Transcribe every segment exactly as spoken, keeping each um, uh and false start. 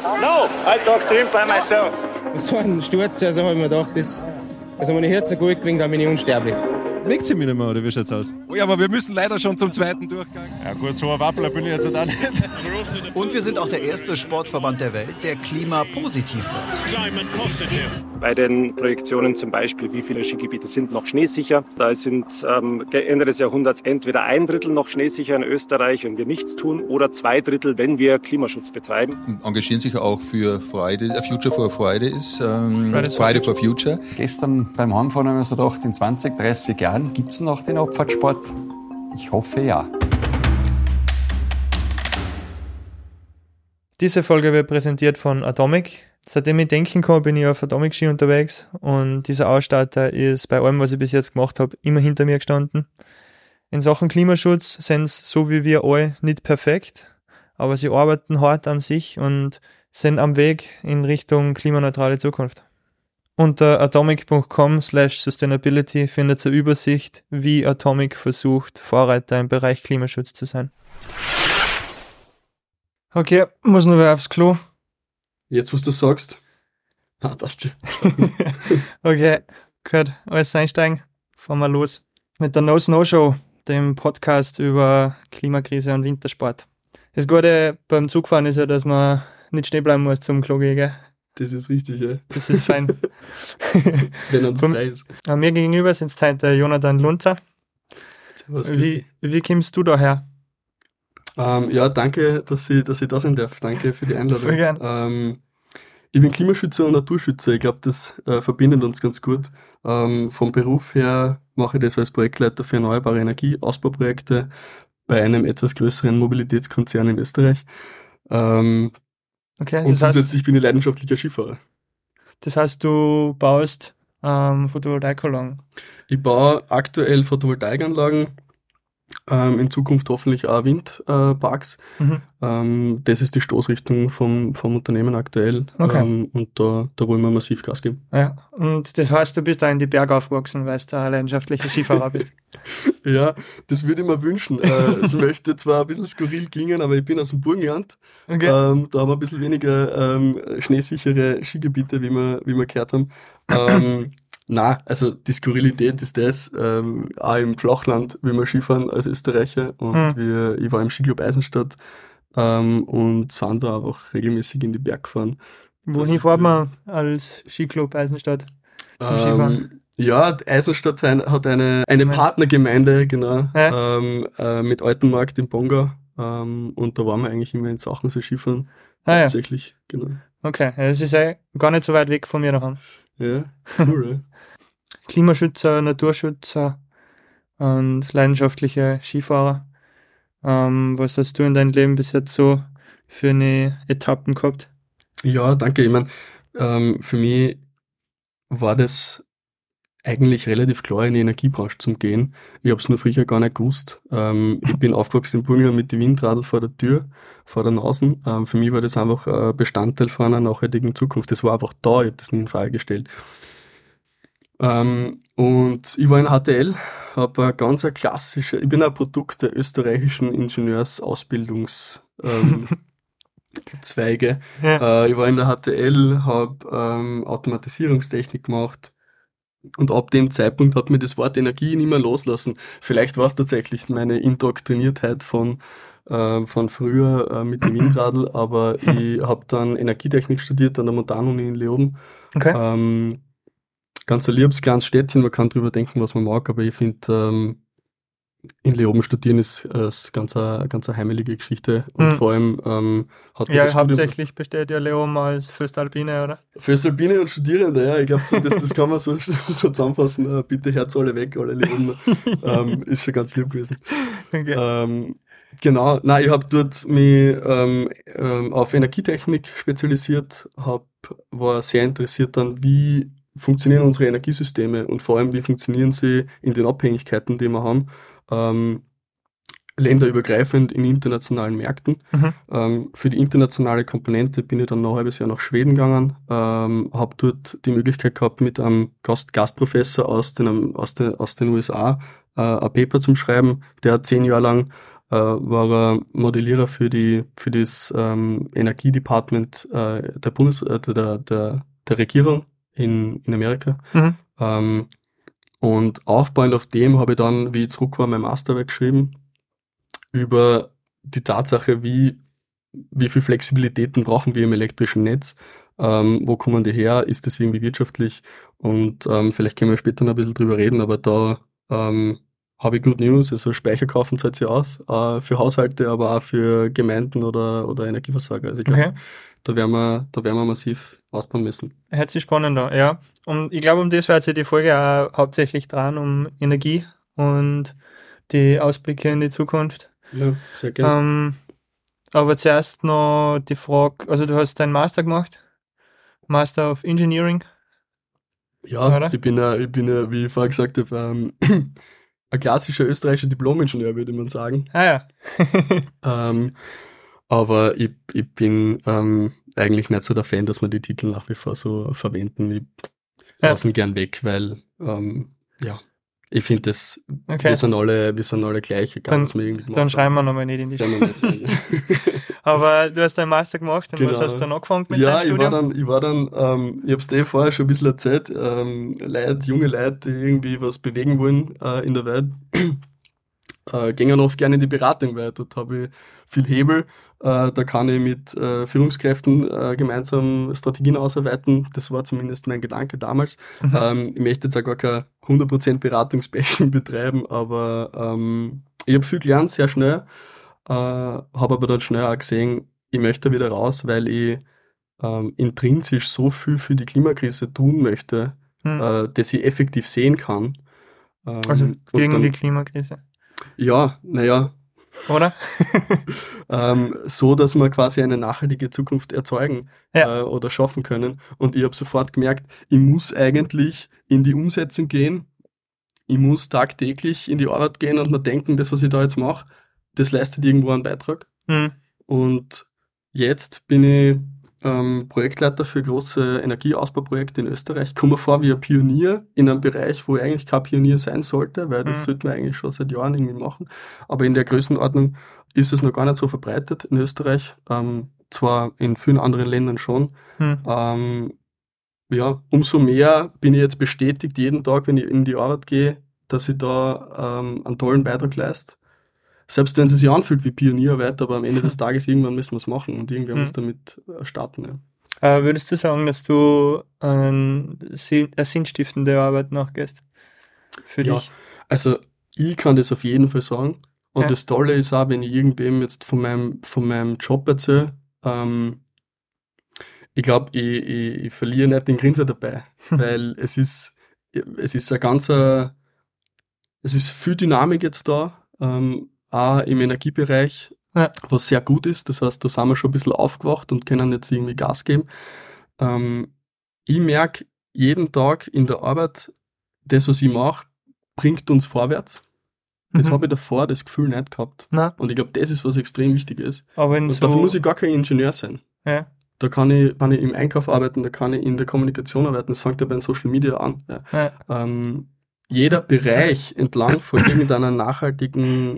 No, I talk to him by myself. So ein Sturz, also habe ich mir gedacht, das, also meine Herzen gut gewinnt, dann bin ich unsterblich. Legt sie mich nicht mehr, oder wie schaut's aus? Oh ja, aber wir müssen leider schon zum zweiten Durchgang. Ja gut, so ein Wappler bin ich jetzt auch nicht. Und wir sind auch der erste Sportverband der Welt, der klimapositiv wird. Bei den Projektionen zum Beispiel, wie viele Skigebiete sind noch schneesicher. Da sind ähm, Ende des Jahrhunderts entweder ein Drittel noch schneesicher in Österreich, wenn wir nichts tun, oder zwei Drittel, wenn wir Klimaschutz betreiben. Engagieren sich auch für Friday, äh, Future for Fridays, ähm, Fridays Friday for Future. Gestern beim Heimfahren haben wir so gedacht, in zwanzig, dreißig Jahren gibt es noch den Abfahrtsport? Ich hoffe ja. Diese Folge wird präsentiert von Atomic. Seitdem ich denken kann, bin ich auf Atomic-Ski unterwegs und dieser Ausstatter ist bei allem, was ich bis jetzt gemacht habe, immer hinter mir gestanden. In Sachen Klimaschutz sind sie, so wie wir alle, nicht perfekt, aber sie arbeiten hart an sich und sind am Weg in Richtung klimaneutrale Zukunft. Unter atomic punkt com slash sustainability findet ihr eine Übersicht, wie Atomic versucht, Vorreiter im Bereich Klimaschutz zu sein. Okay, muss nur wer aufs Klo. Jetzt, was du sagst. Ah, passt schon. Okay, gut, alles einsteigen. Fahren wir los mit der No Snow Show, dem Podcast über Klimakrise und Wintersport. Das Gute beim Zugfahren ist ja, dass man nicht stehen bleiben muss zum Klo gehen, gell? Das ist richtig, ja. Das ist fein. Wenn er frei ist. An mir gegenüber sitzt heute der Jonathan Lunzer. Servus, wie, wie kommst du daher? Ähm, ja, danke, dass ich, dass ich da sein darf. Danke für die Einladung. Voll gern. Ähm, ich bin Klimaschützer und Naturschützer. Ich glaube, das äh, verbindet uns ganz gut. Ähm, vom Beruf her mache ich das als Projektleiter für erneuerbare Energie, Ausbauprojekte bei einem etwas größeren Mobilitätskonzern in Österreich. Ähm, Okay, und das heißt, zusätzlich bin ich leidenschaftlicher Skifahrer. Das heißt, du baust ähm, Photovoltaikanlagen? Ich baue aktuell Photovoltaikanlagen, ähm, in Zukunft hoffentlich auch Windparks. Äh, mhm. ähm, das ist die Stoßrichtung vom, vom Unternehmen aktuell. Okay. Ähm, und da, da wollen wir massiv Gas geben. Ja, und das heißt, du bist da in die Berge aufgewachsen, weil du ein leidenschaftlicher Skifahrer bist. Ja, das würde ich mir wünschen. äh, es möchte zwar ein bisschen skurril klingen, aber ich bin aus dem Burgenland. Okay. Ähm, da haben wir ein bisschen weniger ähm, schneesichere Skigebiete, wie wir, wie wir gehört haben. Ähm, na, also die Skurrilität ist das, ähm, auch im Flachland, wie wir Skifahren als Österreicher. Und Hm. wir, ich war im Skiclub Eisenstadt ähm, und sind da auch regelmäßig in die Berge gefahren. Wohin fährt man als Skiclub Eisenstadt zum Skifahren? Ähm, ja, Eisenstadt hat eine, eine Partnergemeinde, genau, Ja. ähm, äh, mit Altenmarkt in Bongau. Ähm, und da waren wir eigentlich immer in Sachen so Skifahren. Ah, ja. Hauptsächlich, genau. Okay, ja, das ist ja gar nicht so weit weg von mir daheim. Ja, cool, ja. Klimaschützer, Naturschützer und leidenschaftliche Skifahrer. Ähm, was hast du in deinem Leben bis jetzt so für eine Etappen gehabt? Ja, danke. Ich meine, ähm, für mich war das eigentlich relativ klar, in die Energiebranche zu gehen. Ich habe es nur früher gar nicht gewusst. Ähm, ich bin aufgewachsen in Burgenland mit den Windradl vor der Tür, vor der Nase. Ähm, für mich war das einfach ein Bestandteil von einer nachhaltigen Zukunft. Das war einfach da, ich habe das nie in Frage gestellt. Ähm, und ich war in H T L, habe ein ganz ein klassischer, ich bin ein Produkt der österreichischen Ingenieursausbildungs ähm, Zweige. Ja. Äh, ich war in der H T L, habe ähm, Automatisierungstechnik gemacht. Und ab dem Zeitpunkt hat mir das Wort Energie nicht mehr loslassen. Vielleicht war es tatsächlich meine Indoktriniertheit von, äh, von früher äh, mit dem Windradl, aber ich habe dann Energietechnik studiert an der Montanuni in Leoben. Okay. Ähm, ganz ein liebes kleines Städtchen, man kann drüber denken, was man mag, aber ich finde, ähm, in Leoben studieren ist äh, ganz eine ganz eine heimelige Geschichte und Hm. vor allem ähm, hat mir Ja, das Studium- hauptsächlich besteht ja Leoben als Föstalpine, oder? Föstalpine und Studierende, ja, ich glaube, das, das kann man so, so zusammenfassen. Äh, bitte Herz alle weg, alle Leoben. ähm, ist schon ganz lieb gewesen. Okay. Ähm, genau, nein, ich habe dort mich ähm, ähm, auf Energietechnik spezialisiert, hab, war sehr interessiert dann, wie funktionieren unsere Energiesysteme und vor allem, wie funktionieren sie in den Abhängigkeiten, die wir haben, ähm, länderübergreifend in internationalen Märkten. Mhm. Ähm, für die internationale Komponente bin ich dann noch ein halbes Jahr nach Schweden gegangen, ähm, habe dort die Möglichkeit gehabt, mit einem Gast Gastprofessor aus den, aus den, aus den U S A äh, ein Paper zum Schreiben. Der hat zehn Jahre lang äh, war er Modellierer für die für das ähm, Energiedepartment äh, der Bundes äh, der, der der Regierung in in Amerika. Mhm. Ähm, und aufbauend auf dem habe ich dann, wie ich zurück war, mein Masterwerk geschrieben über die Tatsache, wie wie viel Flexibilitäten brauchen wir im elektrischen Netz, ähm, wo kommen die her, ist das irgendwie wirtschaftlich, und ähm, vielleicht können wir später noch ein bisschen drüber reden, aber da ähm, habe ich Good News, also Speicher kaufen zahlt sich aus, äh, für Haushalte, aber auch für Gemeinden oder oder Energieversorger. Also ich glaube, Okay. da werden wir da werden wir massiv ausbauen müssen. Hört sich spannend an, ja. Und ich glaube, um das wird sich die Folge auch hauptsächlich dran, um Energie und die Ausblicke in die Zukunft. Ja, sehr gerne. Ähm, aber zuerst noch die Frage, also du hast deinen Master gemacht, Master of Engineering. Ja, oder? ich bin ja, ich bin ja, wie ich vorher gesagt habe, ähm, ein klassischer österreichischer Diplom-Ingenieur, würde man sagen. Ah ja. Ähm, aber ich, ich bin ähm, eigentlich nicht so der Fan, dass wir die Titel nach wie vor so verwenden. Ich Ja. lasse ihn gern weg, weil ähm, ja, ich finde das, Okay. wir sind alle, wir sind alle gleich, egal Dann, was wir irgendwie dann schreiben wir nochmal nicht in die Schreiben wir nicht rein. Aber du hast deinen Master gemacht und was Genau. hast du dann angefangen mit Ja, deinem ich Studium? war dann, ich war dann, ähm, ich hab's dir vorher schon ein bisschen erzählt, ähm, Leute, junge Leute, die irgendwie was bewegen wollen äh, in der Welt, äh, gehen oft gerne in die Beratung, weil dort habe ich viel Hebel, äh, da kann ich mit äh, Führungskräften äh, gemeinsam Strategien ausarbeiten, das war zumindest mein Gedanke damals. Mhm. Ähm, ich möchte jetzt auch gar kein hundert Prozent Beratungsbashing betreiben, aber ähm, ich habe viel gelernt, sehr schnell, äh, habe aber dann schnell auch gesehen, ich möchte wieder raus, weil ich ähm, intrinsisch so viel für die Klimakrise tun möchte, Hm. äh, dass ich effektiv sehen kann. Ähm, Also und gegen dann, die Klimakrise, Ja, naja, oder? ähm, so, dass wir quasi eine nachhaltige Zukunft erzeugen Ja. äh, oder schaffen können. Und ich habe sofort gemerkt, ich muss eigentlich in die Umsetzung gehen. Ich muss tagtäglich in die Arbeit gehen und mir denken, das, was ich da jetzt mache, das leistet irgendwo einen Beitrag. Hm. Und jetzt bin ich ähm, Projektleiter für große Energieausbauprojekte in Österreich. Ich komme mir vor wie ein Pionier in einem Bereich, wo ich eigentlich kein Pionier sein sollte, weil das Mhm. sollte man eigentlich schon seit Jahren irgendwie machen. Aber in der Größenordnung ist es noch gar nicht so verbreitet in Österreich. Ähm, zwar in vielen anderen Ländern schon. Hm. Ähm, ja, umso mehr bin ich jetzt bestätigt jeden Tag, wenn ich in die Arbeit gehe, dass ich da ähm, einen tollen Beitrag leiste. Selbst wenn es sich anfühlt wie Pionierarbeit, aber am Ende des Tages irgendwann müssen wir es machen und irgendwer Hm. muss damit äh, starten. Ja. Äh, würdest du sagen, dass du ein, Sinn- eine sinnstiftende Arbeit nachgehst? Für Ja. dich? Also ich kann das auf jeden Fall sagen. Und Ja. das Tolle ist auch, wenn ich irgendwem jetzt von meinem, von meinem Job erzähle, ähm, ich glaube, ich, ich, ich verliere nicht den Grinser dabei, weil es ist, es ist ein ganzer, es ist viel Dynamik jetzt da, ähm, auch im Energiebereich, Ja. was sehr gut ist. Das heißt, da sind wir schon ein bisschen aufgewacht und können jetzt irgendwie Gas geben. Ähm, ich merke jeden Tag in der Arbeit, das, was ich mache, bringt uns vorwärts. Das Mhm. habe ich davor das Gefühl nicht gehabt. Na, Und ich glaube, das ist, was extrem wichtig ist. aber in Und so, dafür muss ich gar kein Ingenieur sein. ja, Da kann ich, kann ich im Einkauf arbeiten, da kann ich in der Kommunikation arbeiten, das fängt ja bei den Social Media an. Ja. ja, Ähm, jeder Bereich entlang von irgendeiner nachhaltigen,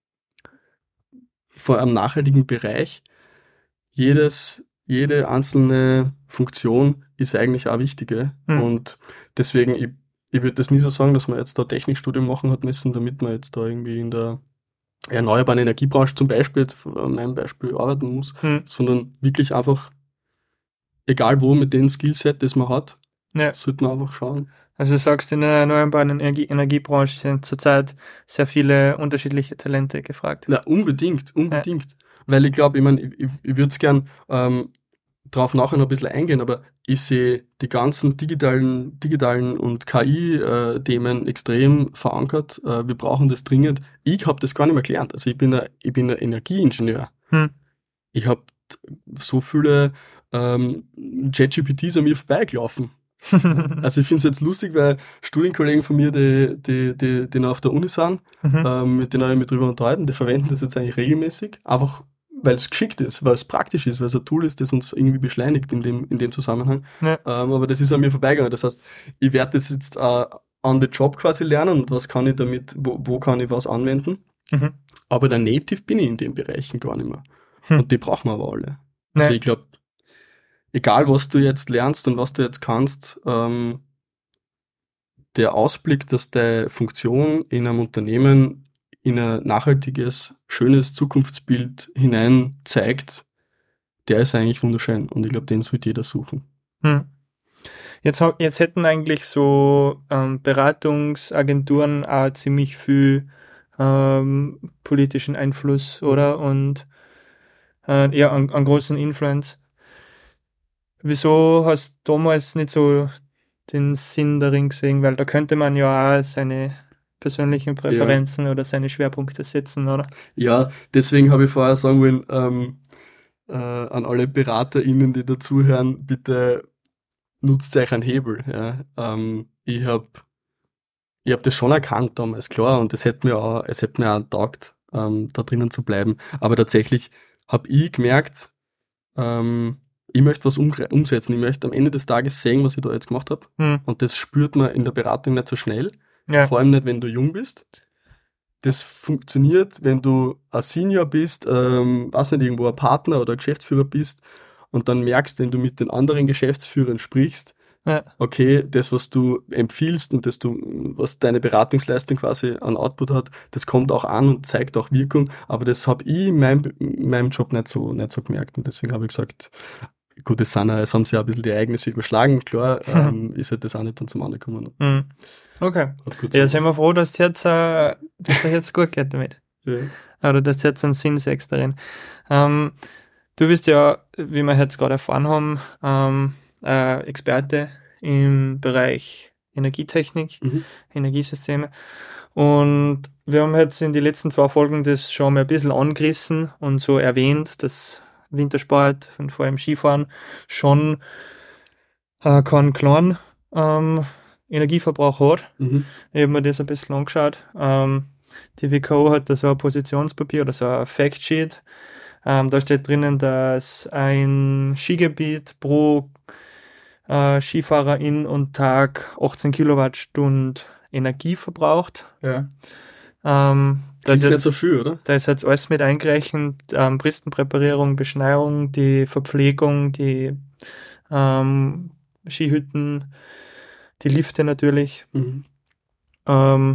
von einem nachhaltigen Bereich, jedes, jede einzelne Funktion ist eigentlich auch wichtige. Hm. Und deswegen, ich, ich würde das nie so sagen, dass man jetzt da Technikstudium machen hat müssen, damit man jetzt da irgendwie in der erneuerbaren Energiebranche zum Beispiel, jetzt an meinem Beispiel, arbeiten muss, hm, sondern wirklich einfach, egal wo, mit dem Skillset, das man hat, ja. sollte man einfach schauen. Also du sagst, in der erneuerbaren Energie Energiebranche sind zurzeit sehr viele unterschiedliche Talente gefragt. Na, unbedingt, unbedingt. Weil ich glaube, ich meine, ich, ich, ich würde es gern ähm, drauf nachher noch ein bisschen eingehen, aber ich sehe die ganzen digitalen, digitalen und K I-Themen extrem verankert. Äh, wir brauchen das dringend. Ich habe das gar nicht mehr gelernt. Also ich bin ein, ich bin ein Energieingenieur. Hm. Ich habe so viele ähm, ChatGPTs an mir vorbeigelaufen. Also ich finde es jetzt lustig, weil Studienkollegen von mir, die, die, die, die noch auf der Uni sind, Mhm. ähm, mit denen habe ich mich drüber unterhalten, die verwenden das jetzt eigentlich regelmäßig, einfach weil es geschickt ist, weil es praktisch ist, weil es ein Tool ist, das uns irgendwie beschleunigt in dem, in dem Zusammenhang. Ja. Ähm, aber das ist an mir vorbeigegangen. Das heißt, ich werde das jetzt äh, on the job quasi lernen und was kann ich damit, wo, wo kann ich was anwenden. Mhm. Aber der Native bin ich in den Bereichen gar nicht mehr. Hm. Und die brauchen wir aber alle. Also Nee. ich glaube, egal was du jetzt lernst und was du jetzt kannst, ähm, der Ausblick, dass deine Funktion in einem Unternehmen in ein nachhaltiges, schönes Zukunftsbild hinein zeigt, der ist eigentlich wunderschön. Und ich glaube, den sollte jeder suchen. Hm. Jetzt, hab- jetzt hätten eigentlich so ähm, Beratungsagenturen auch ziemlich viel ähm, politischen Einfluss, oder? Und äh, ja, einen, einen großen Influence. Wieso hast du damals nicht so den Sinn darin gesehen? Weil da könnte man ja auch seine persönlichen Präferenzen oder seine Schwerpunkte setzen, oder? Ja, deswegen habe ich vorher sagen wollen, ähm, äh, an alle BeraterInnen, die dazuhören, bitte nutzt euch einen Hebel. Ja. Ähm, ich habe ich hab das schon erkannt damals, klar, und es hätte mir auch, es hätte mir auch taugt, ähm, da drinnen zu bleiben. Aber tatsächlich habe ich gemerkt, ähm, ich möchte was um, umsetzen. Ich möchte am Ende des Tages sehen, was ich da jetzt gemacht habe. Hm. Und das spürt man in der Beratung nicht so schnell. Ja. Vor allem nicht, wenn du jung bist. Das funktioniert, wenn du ein Senior bist, ähm, weiß nicht, irgendwo ein Partner oder ein Geschäftsführer bist und dann merkst, wenn du mit den anderen Geschäftsführern sprichst, Ja. okay, das, was du empfiehlst und das du, was deine Beratungsleistung quasi an Output hat, das kommt auch an und zeigt auch Wirkung, aber das habe ich in meinem, in meinem Job nicht so, nicht so gemerkt und deswegen habe ich gesagt, gut, es, sind, ja- es haben sich ja ein bisschen die Ereignisse überschlagen, klar, ähm, ist halt das auch nicht dann zum anderen gekommen. Hm. Okay. Hat gut Ja, so sind wir froh, dass dir jetzt, äh, dass dir jetzt gut geht damit. Ja. Oder dass du jetzt einen Sinn siehst darin. Ähm, du bist ja, wie wir jetzt gerade erfahren haben, ähm, äh, Experte im Bereich Energietechnik, Mhm. Energiesysteme. Und wir haben jetzt in den letzten zwei Folgen das schon mal ein bisschen angerissen und so erwähnt, dass Wintersport und vor allem Skifahren schon äh, keinen kleinen ähm, Energieverbrauch hat. Mhm. Ich habe mir das ein bisschen angeschaut. Ähm, die W K O hat da so ein Positionspapier oder so ein Factsheet. Ähm, da steht drinnen, dass ein Skigebiet pro äh, Skifahrerin und Tag achtzehn Kilowattstunden Energie verbraucht. Ja. Ähm, da ist Klingt nicht jetzt, so viel, oder? da ist jetzt alles mit eingerechnet. Ähm, Bristenpräparierung, Beschneiung, die Verpflegung, die ähm, Skihütten, die Lifte natürlich. Mhm. Ähm,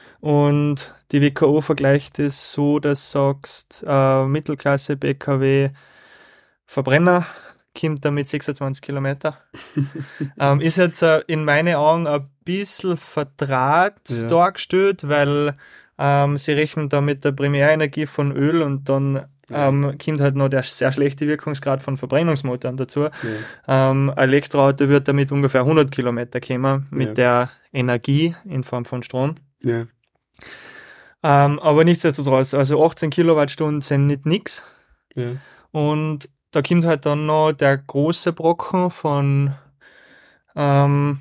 und die W K O vergleicht es so, dass du sagst, äh, Mittelklasse B K W Verbrenner kommt damit sechsundzwanzig Kilometer. ähm, ist jetzt äh, in meinen Augen ein bisschen verdraht Ja. dargestellt, weil ähm, sie rechnen da mit der Primärenergie von Öl und dann ähm, kommt halt noch der sehr schlechte Wirkungsgrad von Verbrennungsmotoren dazu. Ja. Ähm, ein Elektroauto wird damit ungefähr hundert Kilometer kommen mit Ja. der Energie in Form von Strom. Ja. Ähm, aber nichtsdestotrotz, also achtzehn Kilowattstunden sind nicht nix. Ja. Und da kommt halt dann noch der große Brocken von, ähm,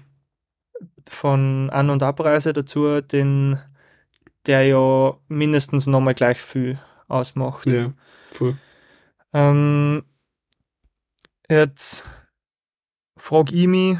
von An- und Abreise dazu, den, der ja mindestens nochmal gleich viel ausmacht. Ja. Voll. Ähm, jetzt frage ich mich,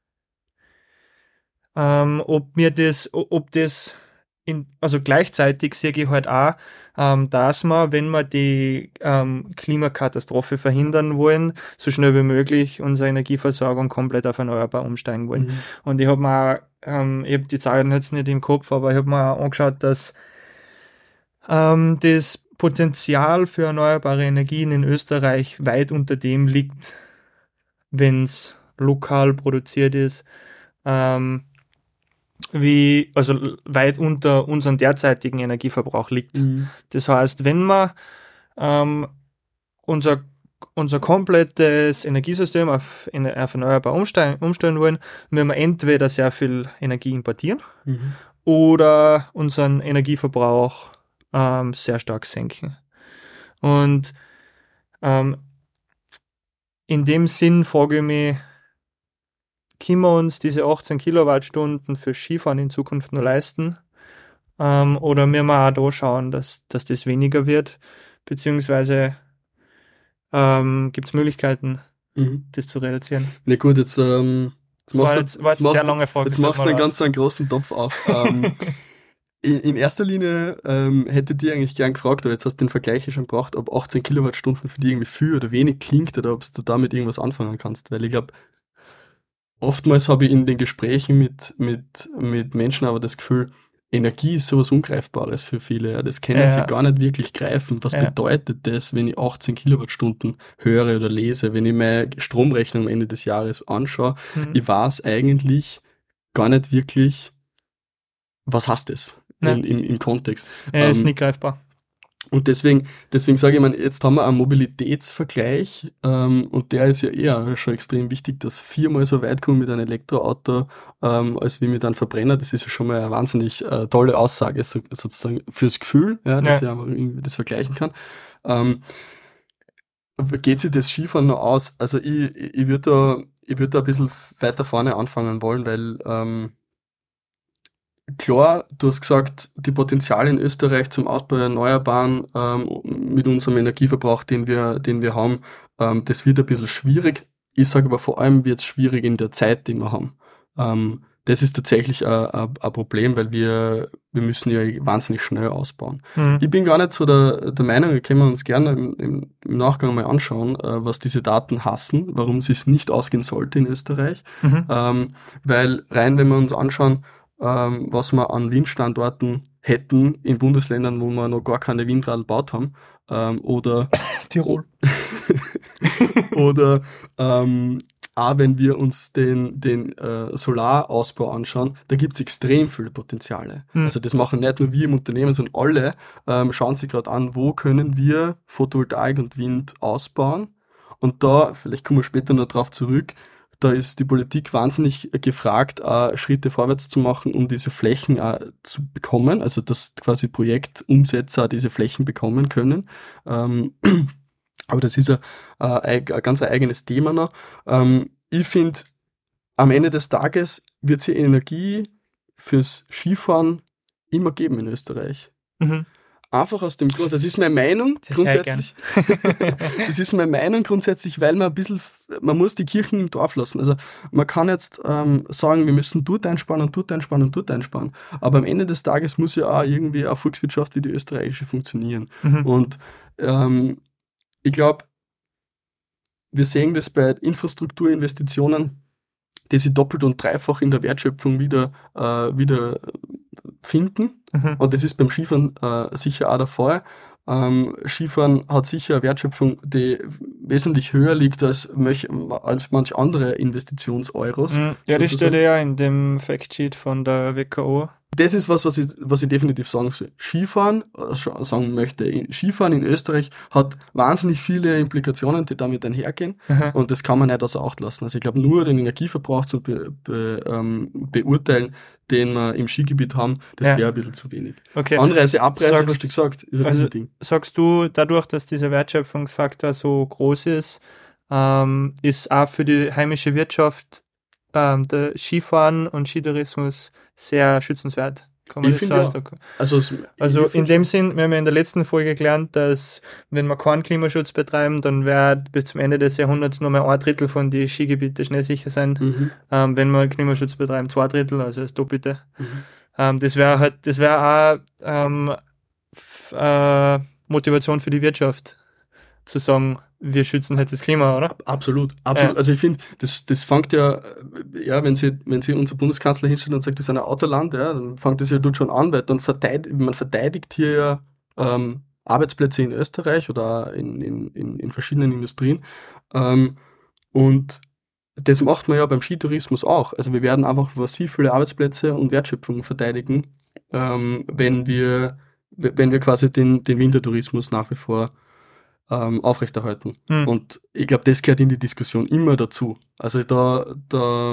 ähm, ob mir das, o- ob das in, also gleichzeitig sehe ich halt auch, ähm, dass wir, wenn wir die ähm, Klimakatastrophe verhindern wollen, so schnell wie möglich unsere Energieversorgung komplett auf erneuerbar umsteigen wollen. Mhm. Und ich habe mir, ähm, ich habe die Zahlen jetzt nicht im Kopf, aber ich habe mir auch angeschaut, dass ähm, das Potenzial für erneuerbare Energien in Österreich weit unter dem liegt, wenn es lokal produziert ist, ähm, wie, also weit unter unserem derzeitigen Energieverbrauch liegt. Mhm. Das heißt, wenn wir ähm, unser, unser komplettes Energiesystem auf, in, auf erneuerbar umstellen, umstellen wollen, müssen wir entweder sehr viel Energie importieren Mhm. oder unseren Energieverbrauch ähm, sehr stark senken. Und ähm, in dem Sinn frage ich mich, können wir uns diese achtzehn Kilowattstunden für Skifahren in Zukunft nur leisten? Ähm, oder müssen wir auch da schauen, dass, dass das weniger wird? Beziehungsweise ähm, gibt es Möglichkeiten, Mhm. das zu reduzieren? Na gut, jetzt, ähm, jetzt Das war machst du- jetzt, war jetzt jetzt eine sehr machst du- lange Frage. Jetzt das machst du tut mir einen leid. ganz einen großen Topf auf. ähm, in, in erster Linie ähm, hätte die eigentlich gern gefragt, aber jetzt hast du den Vergleich schon gebracht, ob achtzehn Kilowattstunden für die irgendwie viel oder wenig klingt oder ob du damit irgendwas anfangen kannst. Weil ich glaube, oftmals habe ich in den Gesprächen mit, mit, mit Menschen aber das Gefühl, Energie ist sowas Ungreifbares für viele. Ja. Das können ja. sie gar nicht wirklich greifen. Was ja. bedeutet das, wenn ich achtzehn Kilowattstunden höre oder lese, wenn ich meine Stromrechnung am Ende des Jahres anschaue? Mhm. Ich weiß eigentlich gar nicht wirklich, was heißt das ja. in, im, im Kontext. Er ist ähm, nicht greifbar. Und deswegen, deswegen sage ich mal, jetzt haben wir einen Mobilitätsvergleich ähm, und der ist ja eher schon extrem wichtig, dass viermal so weit kommen mit einem Elektroauto ähm, als wie mit einem Verbrenner. Das ist ja schon mal eine wahnsinnig äh, tolle Aussage so, sozusagen fürs Gefühl, ja, dass ja. ich einfach irgendwie das vergleichen kann. Ähm, geht sich das Skifahren noch aus? Also ich, ich würde da, ich würde da ein bisschen weiter vorne anfangen wollen, weil ähm, klar, du hast gesagt, die Potenziale in Österreich zum Ausbau der Erneuerbaren ähm, mit unserem Energieverbrauch, den wir, den wir haben, ähm, das wird ein bisschen schwierig. Ich sage aber vor allem wird es schwierig in der Zeit, die wir haben. Ähm, das ist tatsächlich ein Problem, weil wir wir müssen ja wahnsinnig schnell ausbauen. Mhm. Ich bin gar nicht so der, der Meinung, wir können uns gerne im, im, im Nachgang mal anschauen, äh, was diese Daten hassen, warum sie es nicht ausgehen sollte in Österreich. Mhm. Ähm, weil rein, wenn wir uns anschauen, Ähm, was wir an Windstandorten hätten in Bundesländern, wo wir noch gar keine Windradl gebaut haben, ähm, oder Tirol. oder ähm, auch wenn wir uns den, den äh, Solarausbau anschauen, da gibt es extrem viele Potenziale. Mhm. Also das machen nicht nur wir im Unternehmen, sondern alle ähm, schauen sich gerade an, wo können wir Photovoltaik und Wind ausbauen. Und da, vielleicht kommen wir später noch drauf zurück, da ist die Politik wahnsinnig gefragt, uh, Schritte vorwärts zu machen, um diese Flächen uh, zu bekommen, also dass quasi Projektumsetzer diese Flächen bekommen können. Ähm, aber das ist ja uh, ein, ein ganz ein eigenes Thema noch. Ähm, ich finde, am Ende des Tages wird es Energie fürs Skifahren immer geben in Österreich. Mhm. Einfach aus dem Grund, das ist meine Meinung das grundsätzlich. Das ist meine Meinung grundsätzlich, weil man ein bisschen, man muss die Kirchen im Dorf lassen. Also man kann jetzt ähm, sagen, wir müssen dort einsparen und dort einsparen und dort einsparen. Aber am Ende des Tages muss ja auch irgendwie eine Volkswirtschaft wie die österreichische funktionieren. Mhm. Und ähm, ich glaube, wir sehen das bei Infrastrukturinvestitionen, die sich doppelt und dreifach in der Wertschöpfung wieder, äh, wieder finden. Mhm. Und das ist beim Skifahren äh, sicher auch der Fall. Ähm, Skifahren hat sicher eine Wertschöpfung, die wesentlich höher liegt als, möch, als manch andere Investitionseuros. Mhm. Ja, das steht ja in dem Factsheet von der W K O. Das ist was, was ich, was ich definitiv sagen soll. Skifahren, äh, sagen möchte, Skifahren in Österreich hat wahnsinnig viele Implikationen, die damit einhergehen. Mhm. Und das kann man nicht außer Acht lassen. Also ich glaube, nur den Energieverbrauch zu be, be, ähm, beurteilen, den wir im Skigebiet haben, das ja. wäre ein bisschen zu wenig. Okay. Anreise, Abreise, sagst, hast du gesagt, ist ein also Ding. Sagst du, dadurch, dass dieser Wertschöpfungsfaktor so groß ist, ähm, ist auch für die heimische Wirtschaft ähm, der Skifahren und Skitourismus sehr schützenswert? Kann man ich das so ja. Also, also in dem Sinn, wir haben ja in der letzten Folge gelernt, dass wenn wir keinen Klimaschutz betreiben, dann wird bis zum Ende des Jahrhunderts nur mal ein Drittel von den Skigebieten schneesicher sein. Mhm. Ähm, wenn wir Klimaschutz betreiben, zwei Drittel, also das Doppelte. Mhm. Ähm, das wäre halt, das wäre auch ähm, f- äh, Motivation für die Wirtschaft, zu sagen, wir schützen halt das Klima, oder? Absolut, absolut. Ja. Also ich finde, das, das fängt ja, ja, wenn sie, wenn sie unser Bundeskanzler hinstellt und sagt, das ist ein Autoland, ja, dann fängt das ja dort schon an, weil dann verteidigt, man verteidigt hier ja ähm, Arbeitsplätze in Österreich oder in, in, in, in verschiedenen Industrien. Ähm, und das macht man ja beim Skitourismus auch. Also wir werden einfach massiv viele Arbeitsplätze und Wertschöpfung verteidigen, ähm, wenn wir, wenn wir quasi den, den Wintertourismus nach wie vor Ähm, aufrechterhalten. Hm. Und ich glaube, das gehört in die Diskussion immer dazu. Also da, da,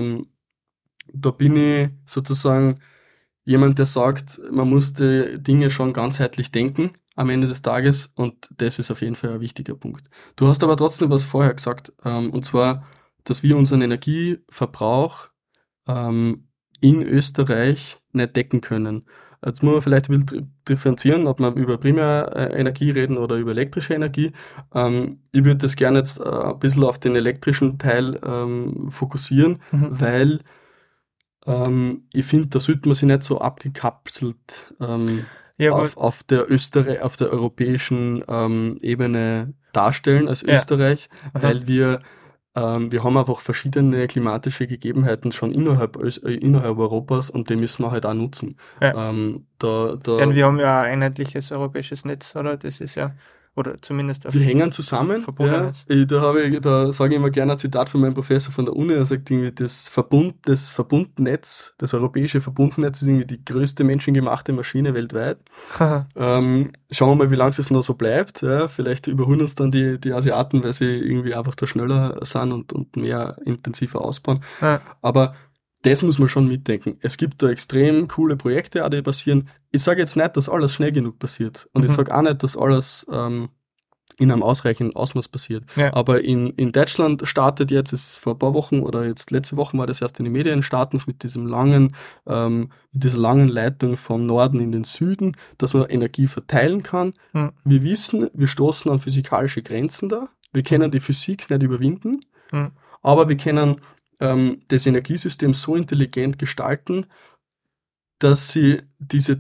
da bin ich sozusagen jemand, der sagt, man muss die Dinge schon ganzheitlich denken am Ende des Tages und das ist auf jeden Fall ein wichtiger Punkt. Du hast aber trotzdem was vorher gesagt, ähm, und zwar, dass wir unseren Energieverbrauch ähm, in Österreich nicht decken können. Jetzt muss man vielleicht ein bisschen differenzieren, ob wir über Primärenergie reden oder über elektrische Energie. Ähm, ich würde das gerne jetzt äh, ein bisschen auf den elektrischen Teil ähm, fokussieren, mhm. weil Ähm, ich finde, da sollte man sich nicht so abgekapselt ähm, Ja, auf, auf der Österreich, auf der europäischen ähm, Ebene darstellen als Ja. Österreich, Aha. weil wir ähm, wir haben einfach verschiedene klimatische Gegebenheiten schon innerhalb Ös- äh, innerhalb Europas und die müssen wir halt auch nutzen. Ja. Ähm, da, da, Ja, und wir haben ja ein einheitliches europäisches Netz, oder? Das ist ja, oder zumindest auf wir hängen zusammen. Ja, Verbundenes. ich, da habe ich, da sage ich immer gerne ein Zitat von meinem Professor von der Uni, er sagt irgendwie, das Verbund, das Verbundnetz, das europäische Verbundnetz ist irgendwie die größte menschengemachte Maschine weltweit. ähm, schauen wir mal, wie lange es noch so bleibt. Ja, vielleicht überholen uns dann die, die Asiaten, weil sie irgendwie einfach da schneller sind und, und mehr intensiver ausbauen. Ja. Aber das muss man schon mitdenken. Es gibt da extrem coole Projekte, auch die passieren. Ich sage jetzt nicht, dass alles schnell genug passiert. Und Mhm. ich sage auch nicht, dass alles ähm, in einem ausreichenden Ausmaß passiert. Ja. Aber in, in Deutschland startet jetzt, ist vor ein paar Wochen oder jetzt letzte Woche war das erst in den Medien, starten es mit diesem langen, ähm, mit dieser langen Leitung vom Norden in den Süden, dass man Energie verteilen kann. Mhm. Wir wissen, wir stoßen an physikalische Grenzen da. Wir können die Physik nicht überwinden, Mhm. aber wir können ähm, das Energiesystem so intelligent gestalten, dass sie diese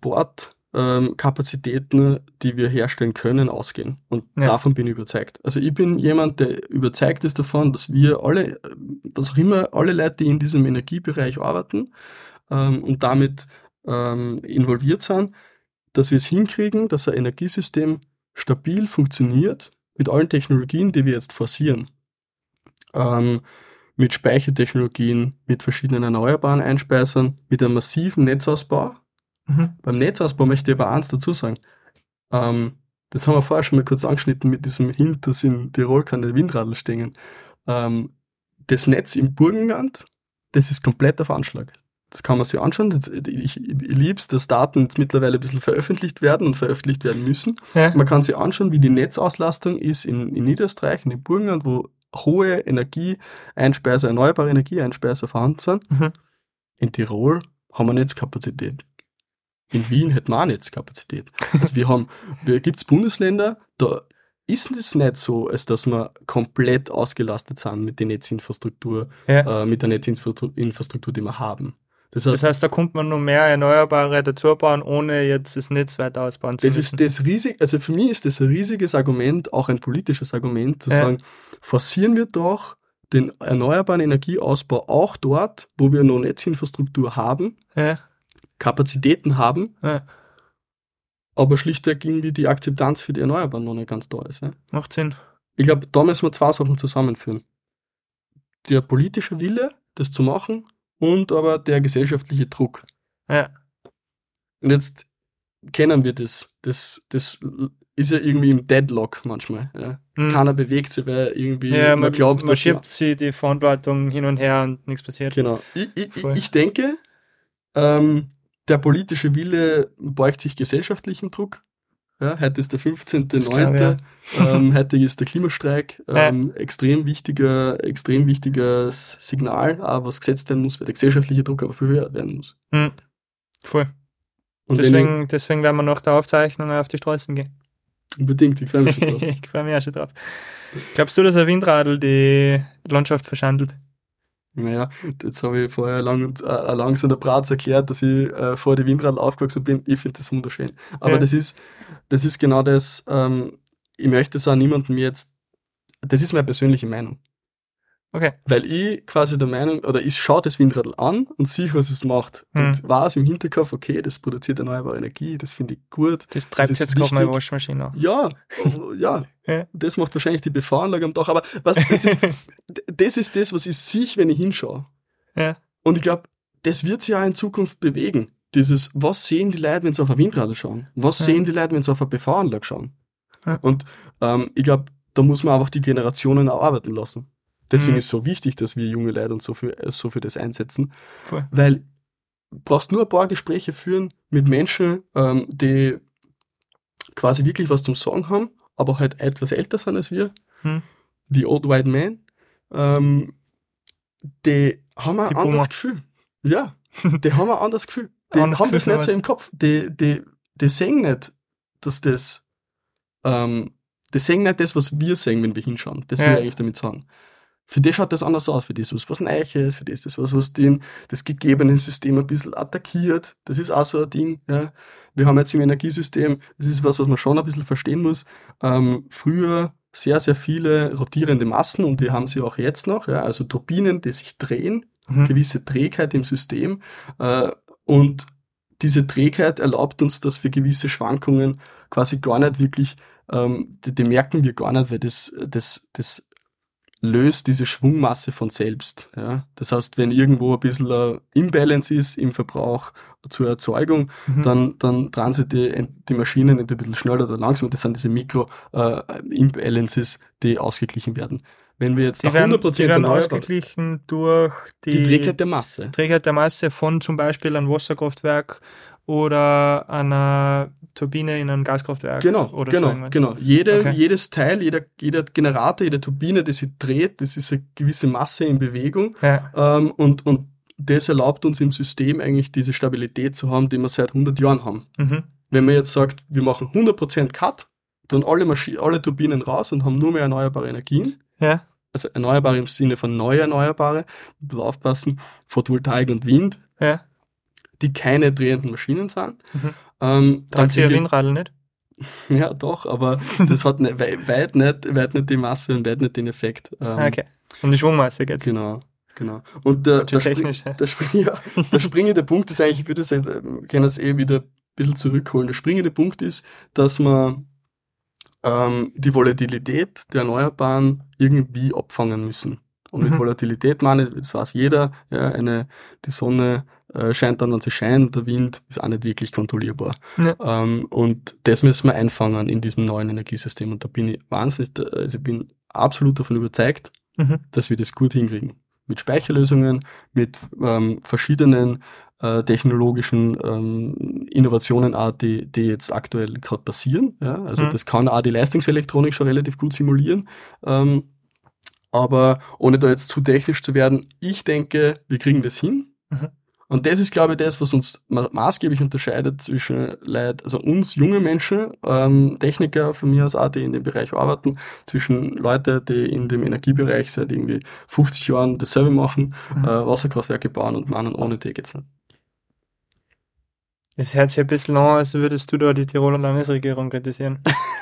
Transportkapazitäten, die wir herstellen können, ausgehen. Und Ja. davon bin ich überzeugt. Also ich bin jemand, der überzeugt ist davon, dass wir alle, dass auch immer alle Leute, die in diesem Energiebereich arbeiten ähm, und damit ähm, involviert sind, dass wir es hinkriegen, dass ein Energiesystem stabil funktioniert mit allen Technologien, die wir jetzt forcieren. Ähm, mit Speichertechnologien, mit verschiedenen erneuerbaren Einspeisern, mit einem massiven Netzausbau. Mhm. Beim Netzausbau möchte ich aber eins dazu sagen. Ähm, das haben wir vorher schon mal kurz angeschnitten mit diesem Hint, dass in Tirol keine Windradl stehen. Ähm, das Netz im Burgenland, das ist komplett auf Anschlag. Das kann man sich anschauen. Das, ich, ich, ich liebe es, dass Daten jetzt mittlerweile ein bisschen veröffentlicht werden und veröffentlicht werden müssen. Ja. Man kann sich anschauen, wie die Netzauslastung ist in, in Niederösterreich, in dem Burgenland, wo hohe Energieeinspeiser, erneuerbare Energieeinspeiser vorhanden sind. Mhm. In Tirol haben wir Netzkapazität. In Wien hätten wir auch Netzkapazität. Also wir haben, wir gibt's Bundesländer, da ist es nicht so, als dass wir komplett ausgelastet sind mit der Netzinfrastruktur, Ja. äh, mit der Netzinfrastruktur, die wir haben. Das heißt, Das heißt, da kommt man nur mehr Erneuerbare dazu bauen, ohne jetzt das Netz weiter ausbauen zu das müssen. ist das riesig, also für mich ist das ein riesiges Argument, auch ein politisches Argument, zu Ja. sagen, forcieren wir doch den erneuerbaren Energieausbau auch dort, wo wir noch Netzinfrastruktur haben, Ja. Kapazitäten haben, Ja. aber schlichtweg irgendwie die Akzeptanz für die Erneuerbaren noch nicht ganz da ist. Ja. Macht Sinn. Ich glaube, da müssen wir zwei Sachen zusammenführen. Der politische Wille, das zu machen, und aber der gesellschaftliche Druck. Ja. Und jetzt kennen wir das. Das, das ist ja irgendwie im Deadlock manchmal. Ja. Mhm. Keiner bewegt sich, weil irgendwie Ja, man, man, glaubt, man dass schiebt sie die Verantwortung hin und her und nichts passiert. Genau. Ich, ich, Voll. ich denke, ähm, der politische Wille beugt sich gesellschaftlichem Druck. Ja, heute ist der fünfzehnte Das glaub ich, neunte ähm, heute ist der Klimastreik. Ja. Ähm, extrem wichtiger, extrem wichtiges Signal, auch was gesetzt werden muss, weil der gesellschaftliche Druck aber viel höher werden muss. Mhm. Voll. Und wenn Deswegen, deswegen werden wir nach der Aufzeichnung auf die Straßen gehen. ich, unbedingt, ich freue mich schon drauf. Ich freue mich auch schon drauf. Glaubst du, dass ein Windradl die Landschaft verschandelt? Naja, jetzt habe ich vorher lang und äh, lang so in der Bratz erklärt, dass ich äh, vor die Windradl aufgewachsen bin. Ich finde das wunderschön. Aber Ja. das ist, das ist genau das, ähm, ich möchte es auch niemandem jetzt, das ist meine persönliche Meinung. Okay. Weil ich quasi der Meinung, oder ich schaue das Windradl an und sehe, was es macht. Hm. Und weiß im Hinterkopf, okay, das produziert erneuerbare Energie, das finde ich gut. Das treibt ist jetzt gerade meine wichtig. Waschmaschine an. Ja, oh, ja. Ja. Das macht wahrscheinlich die P V-Anlage am Dach, aber was, das, ist, das ist das, was ich sehe, wenn ich hinschaue. Ja. Und ich glaube, das wird sich auch in Zukunft bewegen. Dieses, was sehen die Leute, wenn sie auf ein Windradl schauen? Was Ja. sehen die Leute, wenn sie auf eine P V-Anlage schauen? Ja. Und ähm, ich glaube, da muss man einfach die Generationen auch arbeiten lassen. Deswegen Mhm. ist es so wichtig, dass wir junge Leute uns so für, so für das einsetzen. Voll. Weil du brauchst nur ein paar Gespräche führen mit Menschen, ähm, die quasi wirklich was zum Sagen haben, aber halt etwas älter sind als wir. Hm. Die Old White Men. Ähm, die haben ein Die anderes Boomer. Gefühl. Ja, die haben ein anderes Gefühl. Die Anderes haben das Gefühl, nicht so was? im Kopf. Die, die, die sehen nicht, dass das, ähm, die sehen nicht das, was wir sehen, wenn wir hinschauen. Das will Ja. ich eigentlich damit sagen. Für das schaut das anders aus, für das was was Neues, für das das was, was den, das gegebene System ein bisschen attackiert. Das ist auch so ein Ding, ja. Wir haben jetzt im Energiesystem, das ist was, was man schon ein bisschen verstehen muss, ähm, früher sehr, sehr viele rotierende Massen und wir haben sie auch jetzt noch, ja, also Turbinen, die sich drehen, mhm. gewisse Trägheit im System, äh, und diese Trägheit erlaubt uns, dass wir gewisse Schwankungen quasi gar nicht wirklich, ähm, die, die merken wir gar nicht, weil das, das, das löst diese Schwungmasse von selbst. Ja? Das heißt, wenn irgendwo ein bisschen ein Imbalance ist im Verbrauch zur Erzeugung, mhm. dann, dann drehen sich die, die Maschinen ein bisschen schneller oder langsamer. Das sind diese Mikro-Imbalances, äh, die ausgeglichen werden. Wenn wir jetzt die werden, hundert Prozent die werden ausgeglichen durch die, die Trägheit der Masse. Trägheit der Masse von zum Beispiel einem Wasserkraftwerk oder einer Turbine in einem Gaskraftwerk. Genau, oder genau, so genau. Jede, okay. Jedes Teil, jeder, jeder Generator, jede Turbine, die sich dreht, das ist eine gewisse Masse in Bewegung. Ja. Ähm, und, und das erlaubt uns im System eigentlich diese Stabilität zu haben, die wir seit hundert Jahren haben. Mhm. Wenn man jetzt sagt, wir machen hundert Prozent Cut, dann alle, Masch- alle Turbinen raus und haben nur mehr erneuerbare Energien. Ja. Also erneuerbare im Sinne von neue Erneuerbare, aufpassen, Photovoltaik und Wind, ja. die keine drehenden Maschinen sind. Mhm. Ähm, dann sie Windradl nicht? Ja, doch, aber das hat ne, weit, weit, nicht, weit nicht die Masse und weit nicht den Effekt. Ähm, okay. Um die Schwungmasse geht's. Genau, genau. Und der, der, technisch, Spring, ja. der, Spring, ja, der springende Punkt ist eigentlich, ich würde sagen, können es eh wieder ein bisschen zurückholen. Der springende Punkt ist, dass man ähm, die Volatilität der Erneuerbaren irgendwie abfangen müssen. Und mit mhm. Volatilität meine ich, das weiß jeder, ja, eine, die Sonne äh, scheint dann, wenn sie scheint, und der Wind ist auch nicht wirklich kontrollierbar. Ja. Ähm, und das müssen wir einfangen in diesem neuen Energiesystem. Und da bin ich wahnsinnig, also ich bin absolut davon überzeugt, mhm. dass wir das gut hinkriegen. Mit Speicherlösungen, mit ähm, verschiedenen äh, technologischen ähm, Innovationen auch, die, die jetzt aktuell gerade passieren. Ja? Also mhm. das kann auch die Leistungselektronik schon relativ gut simulieren. Ähm, aber ohne da jetzt zu technisch zu werden, ich denke, wir kriegen das hin. Mhm. Und das ist, glaube ich, das, was uns ma- maßgeblich unterscheidet zwischen Leuten, also uns junge Menschen, ähm, Techniker von mir aus auch, die in dem Bereich arbeiten, zwischen Leuten, die in dem Energiebereich seit irgendwie fünfzig Jahren dasselbe machen, mhm. äh, Wasserkraftwerke bauen und meinen, ohne die geht's nicht. Es hört sich ein bisschen an, als würdest du da die Tiroler Landesregierung kritisieren.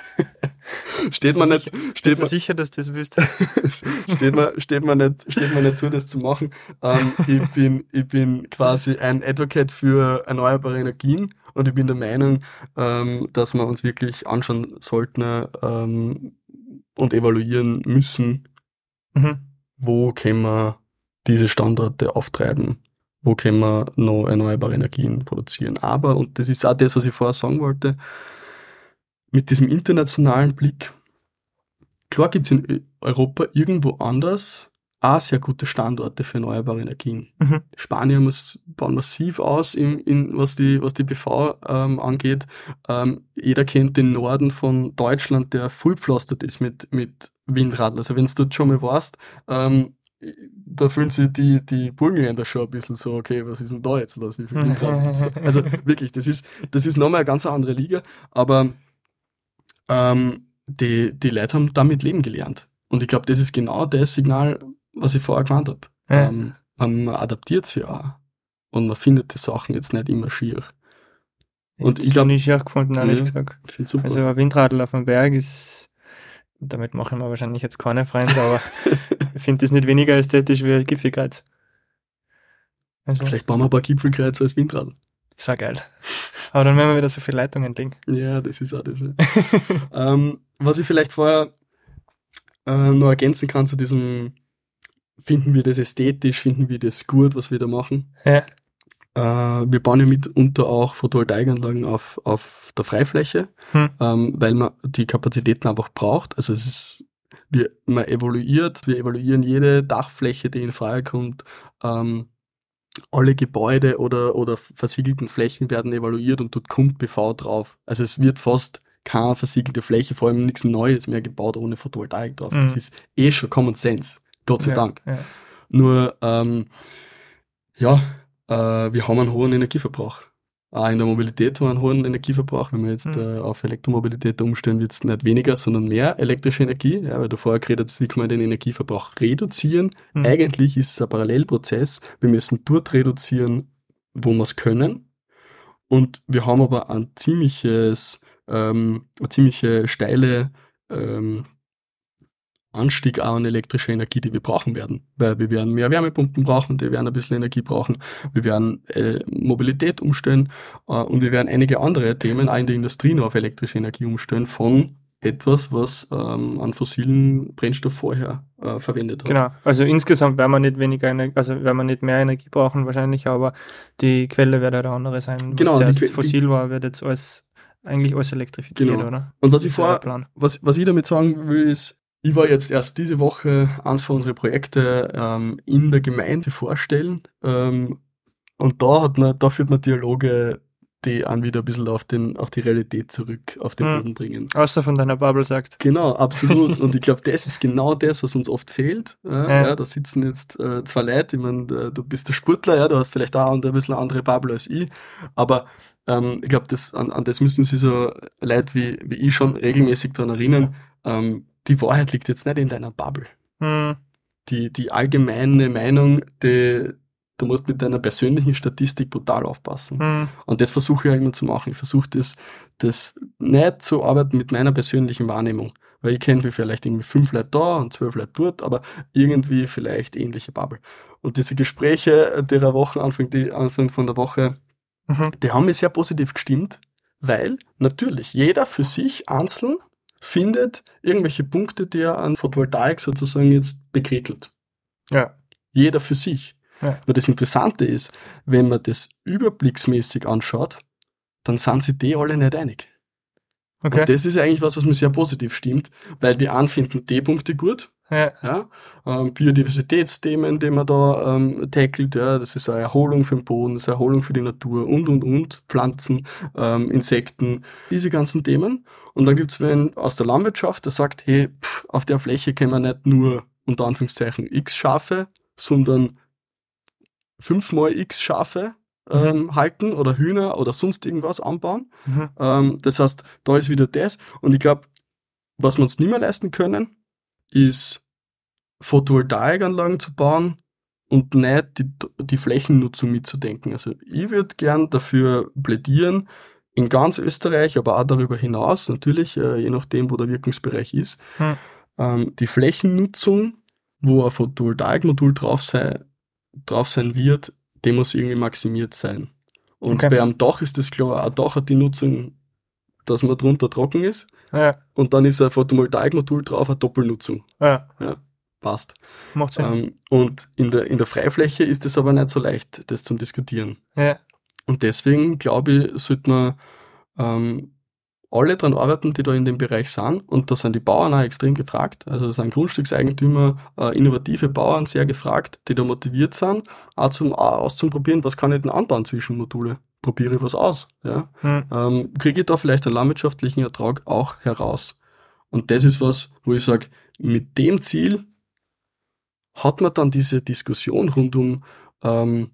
Steht man nicht, sicher, steht bist du man, sicher, dass du das wüsst? steht man, steht man nicht, steht man nicht zu, das zu machen. Ähm, ich bin, ich bin quasi ein Advocate für erneuerbare Energien und ich bin der Meinung, ähm, dass wir uns wirklich anschauen sollten, ähm, und evaluieren müssen, mhm. wo können wir diese Standorte auftreiben, wo können wir noch erneuerbare Energien produzieren. Aber, und das ist auch das, was ich vorher sagen wollte, mit diesem internationalen Blick, klar gibt es in Europa irgendwo anders auch sehr gute Standorte für erneuerbare Energien. Mhm. Spanien muss, bauen massiv aus, in, in, was die, was die B V ähm, angeht. Ähm, jeder kennt den Norden von Deutschland, der vollpflastert ist mit, mit Windradl. Also wenn du dort schon mal warst, ähm, da fühlen sich die, die Burgenländer schon ein bisschen so, okay, was ist denn da jetzt los? Wie viel Windradl? Also wirklich, das ist, das ist nochmal eine ganz andere Liga, aber ähm, die, die Leute haben damit leben gelernt. Und ich glaube, das ist genau das Signal, was ich vorher gemeint habe. Ja. Ähm, man adaptiert sich auch. Und man findet die Sachen jetzt nicht immer schier. Und ich, ich glaube, nicht schier gefunden, ehrlich ja, gesagt. Ich finde super. Also ein Windradl auf dem Berg ist, damit machen wir wahrscheinlich jetzt keine Freunde, aber ich finde das nicht weniger ästhetisch wie ein Gipfelkreuz. Also, vielleicht bauen wir ein paar Gipfelkreuze als Windradl. Das war geil. Aber dann werden wir wieder so viele Leitungen legen. Ja, das ist auch das. Ja. ähm, was ich vielleicht vorher äh, noch ergänzen kann zu diesem, finden wir das ästhetisch, finden wir das gut, was wir da machen. Ja. Äh, wir bauen ja mitunter auch Photovoltaikanlagen auf, auf der Freifläche, hm. ähm, weil man die Kapazitäten einfach braucht. Also es ist, wir, man evaluiert, wir evaluieren jede Dachfläche, die in Frage kommt. Ähm, alle Gebäude oder, oder versiegelten Flächen werden evaluiert und dort kommt B V drauf. Also es wird fast keine versiegelte Fläche, vor allem nichts Neues mehr gebaut ohne Photovoltaik drauf. Mhm. Das ist eh schon Common Sense. Gott sei ja, Dank. Ja. Nur, ähm, ja, äh, wir haben einen hohen Energieverbrauch. Auch in der Mobilität haben wir einen hohen Energieverbrauch. Wenn wir jetzt mhm. äh, auf Elektromobilität umstellen, wird es nicht weniger, sondern mehr elektrische Energie. Ja, weil du vorher geredet hast, wie kann man den Energieverbrauch reduzieren? Mhm. Eigentlich ist es ein Parallelprozess. Wir müssen dort reduzieren, wo wir es können. Und wir haben aber ein ziemliches, ähm, eine ziemliche steile ähm, Anstieg auch an elektrischer Energie, die wir brauchen werden. Weil wir werden mehr Wärmepumpen brauchen, die werden ein bisschen Energie brauchen. Wir werden äh, Mobilität umstellen äh, und wir werden einige andere Themen auch in der Industrie noch auf elektrische Energie umstellen von etwas, was ähm, an fossilen Brennstoff vorher äh, verwendet hat. Genau, also insgesamt werden wir nicht weniger, Ener- also werden wir nicht mehr Energie brauchen wahrscheinlich, aber die Quelle wird eine andere sein. Genau, was zuerst die, fossil die, war, wird jetzt alles, eigentlich alles elektrifiziert, genau. oder? Und was ich vor, was, was ich damit sagen will, ist, ich war jetzt erst diese Woche eins von unseren Projekte ähm, in der Gemeinde vorstellen ähm, und da hat man, da führt man Dialoge, die einen wieder ein bisschen auf den, auf die Realität zurück, auf den hm. Boden bringen. Außer von deiner Bubble sagst. Genau, absolut. Und ich glaube, das ist genau das, was uns oft fehlt. Ja, ja. ja, da sitzen jetzt äh, zwei Leute, ich meine, du bist der Sportler, ja, du hast vielleicht auch ein bisschen eine andere Bubble als ich, aber ähm, ich glaube, das, an, an das müssen sich so Leute wie, wie ich schon regelmäßig daran erinnern, ähm, die Wahrheit liegt jetzt nicht in deiner Bubble. Hm. Die, die allgemeine Meinung, die, du musst mit deiner persönlichen Statistik brutal aufpassen. Hm. Und das versuche ich auch immer zu machen. Ich versuche das, das nicht zu arbeiten mit meiner persönlichen Wahrnehmung. Weil ich kenne vielleicht irgendwie fünf Leute da und zwölf Leute dort, aber irgendwie vielleicht ähnliche Bubble. Und diese Gespräche der Woche, Anfang, die, Anfang von der Woche, mhm. die haben mich sehr positiv gestimmt, weil natürlich jeder für sich einzeln findet irgendwelche Punkte, die er an Photovoltaik sozusagen jetzt bekrittelt. Ja. Jeder für sich. Ja. Nur das Interessante ist, wenn man das überblicksmäßig anschaut, dann sind sich die alle nicht einig. Okay. Und das ist eigentlich was, was mir sehr positiv stimmt, weil die einen finden die Punkte gut. Ja. Ja, ähm, Biodiversitätsthemen, die man da ähm, tackelt, ja, das ist eine Erholung für den Boden, das ist eine Erholung für die Natur und, und, und, Pflanzen, ähm, Insekten, diese ganzen Themen. Und dann gibt's wen aus der Landwirtschaft, der sagt, hey, pff, auf der Fläche können wir nicht nur, unter Anführungszeichen, x Schafe, sondern fünfmal x Schafe ähm, mhm. halten oder Hühner oder sonst irgendwas anbauen. Mhm. Ähm, das heißt, da ist wieder das. Und ich glaube, was wir uns nicht mehr leisten können, ist Photovoltaikanlagen zu bauen und nicht die, die Flächennutzung mitzudenken. Also ich würde gern dafür plädieren, in ganz Österreich, aber auch darüber hinaus, natürlich, äh, je nachdem, wo der Wirkungsbereich ist, hm. ähm, die Flächennutzung, wo ein Photovoltaikmodul drauf sein, drauf sein wird, die muss irgendwie maximiert sein. Und okay. bei einem Dach ist das klar, ein Dach hat die Nutzung, dass man drunter trocken ist. Ja. Und dann ist ein Photovoltaikmodul drauf, eine Doppelnutzung. Ja. Ja, passt. Macht Sinn. Ähm, und in der, in der Freifläche ist es aber nicht so leicht, das zum Diskutieren. Ja. Und deswegen, glaube ich, sollte man ähm, alle dran arbeiten, die da in dem Bereich sind. Und da sind die Bauern auch extrem gefragt. Also da sind Grundstückseigentümer, äh, innovative Bauern sehr gefragt, die da motiviert sind, auch zum auch auszuprobieren, was kann ich denn anbauen zwischen Module. Probiere ich was aus. Ja? Hm. Ähm, kriege ich da vielleicht einen landwirtschaftlichen Ertrag auch heraus. Und das ist was, wo ich sage, mit dem Ziel hat man dann diese Diskussion rund um ähm,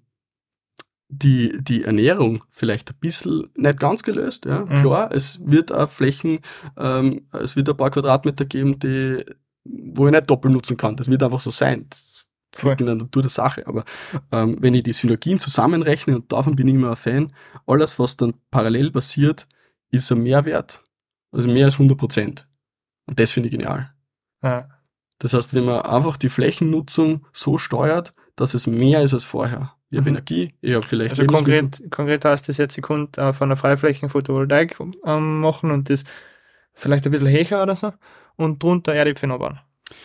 die, die Ernährung vielleicht ein bisschen nicht ganz gelöst. Ja? Mhm. Klar, es wird auch Flächen, ähm, es wird ein paar Quadratmeter geben, die, wo ich nicht doppelt nutzen kann. Das wird einfach so sein. Das liegt in der Natur der Sache. Aber ähm, wenn ich die Synergien zusammenrechne, und davon bin ich immer ein Fan, alles, was dann parallel passiert, ist ein Mehrwert. Also mehr als hundert Prozent. Und das finde ich genial. Ja. Das heißt, wenn man einfach die Flächennutzung so steuert, dass es mehr ist als vorher. Ich habe mhm. Energie, ich habe vielleicht... Also konkret, konkret heißt das jetzt, ich könnte äh, von einer Freiflächen Photovoltaik ähm, machen und das vielleicht ein bisschen höher oder so und drunter Erdäpfel anbauen.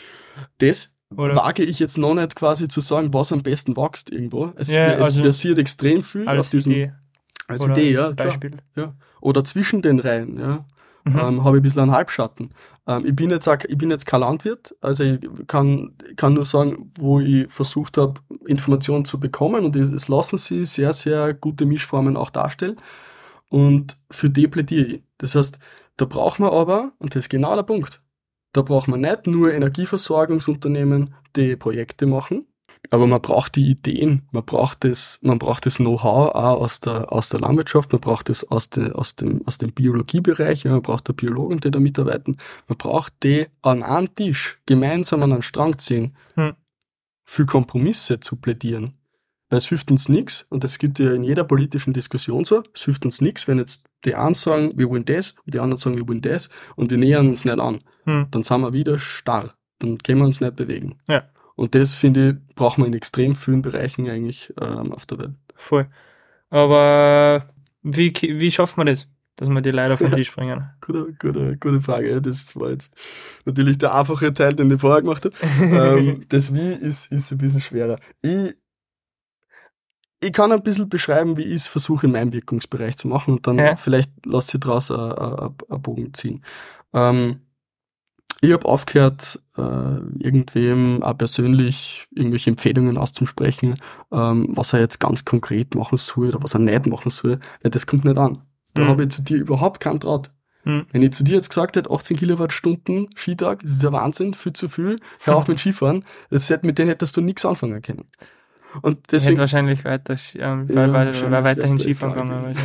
Das oder? Wage ich jetzt noch nicht quasi zu sagen, was am besten wächst irgendwo. Es, ja, es also passiert extrem viel als auf diesem... Idee. Als oder Idee, als ja. Beispiel. Klar, ja. Oder zwischen den Reihen, ja. Mhm. Ähm, habe ich ein bisschen einen Halbschatten. Ähm, ich bin jetzt auch, ich bin jetzt kein Landwirt, also ich kann, kann nur sagen, wo ich versucht habe, Informationen zu bekommen, und es lassen sie sehr, sehr gute Mischformen auch darstellen, und für die plädiere ich. Das heißt, da braucht man aber, und das ist genau der Punkt, da braucht man nicht nur Energieversorgungsunternehmen, die Projekte machen, aber man braucht die Ideen, man braucht das, man braucht das Know-how auch aus der, aus der Landwirtschaft, man braucht das aus, de, aus dem, aus dem Biologiebereich, ja, man braucht da Biologen, die da mitarbeiten, man braucht die an einem Tisch gemeinsam an einen Strang ziehen, hm. für Kompromisse zu plädieren. Weil es hilft uns nichts, und das gilt ja in jeder politischen Diskussion so, es hilft uns nichts, wenn jetzt die einen sagen, wir wollen das, und die anderen sagen, wir wollen das, und wir nähern uns nicht an. Hm. Dann sind wir wieder starr, dann können wir uns nicht bewegen. Ja. Und das, finde ich, braucht man in extrem vielen Bereichen eigentlich ähm, auf der Welt. Voll. Aber wie, wie schafft man das, dass wir die Leute auf den Tisch bringen? Gute, gute, gute Frage. Das war jetzt natürlich der einfache Teil, den ich vorher gemacht habe. ähm, das Wie ist, ist ein bisschen schwerer. Ich, ich kann ein bisschen beschreiben, wie ich es versuche, in meinem Wirkungsbereich zu machen, und dann ja. vielleicht lasst ihr daraus einen Bogen ziehen. Ähm, Ich habe aufgehört, äh, irgendwem auch persönlich irgendwelche Empfehlungen auszusprechen, ähm, was er jetzt ganz konkret machen soll oder was er nicht machen soll, weil das kommt nicht an. Da mhm. habe ich zu dir überhaupt keinen Draht. Mhm. Wenn ich zu dir jetzt gesagt hätte, achtzehn Kilowattstunden Skitag, das ist ja Wahnsinn, viel zu viel, hör auf mit Skifahren, das hätte, mit denen hättest du nichts anfangen können. Und deswegen, ich hätte wahrscheinlich weiter, ähm, ja, wahrscheinlich weiterhin Skifahren gegangen.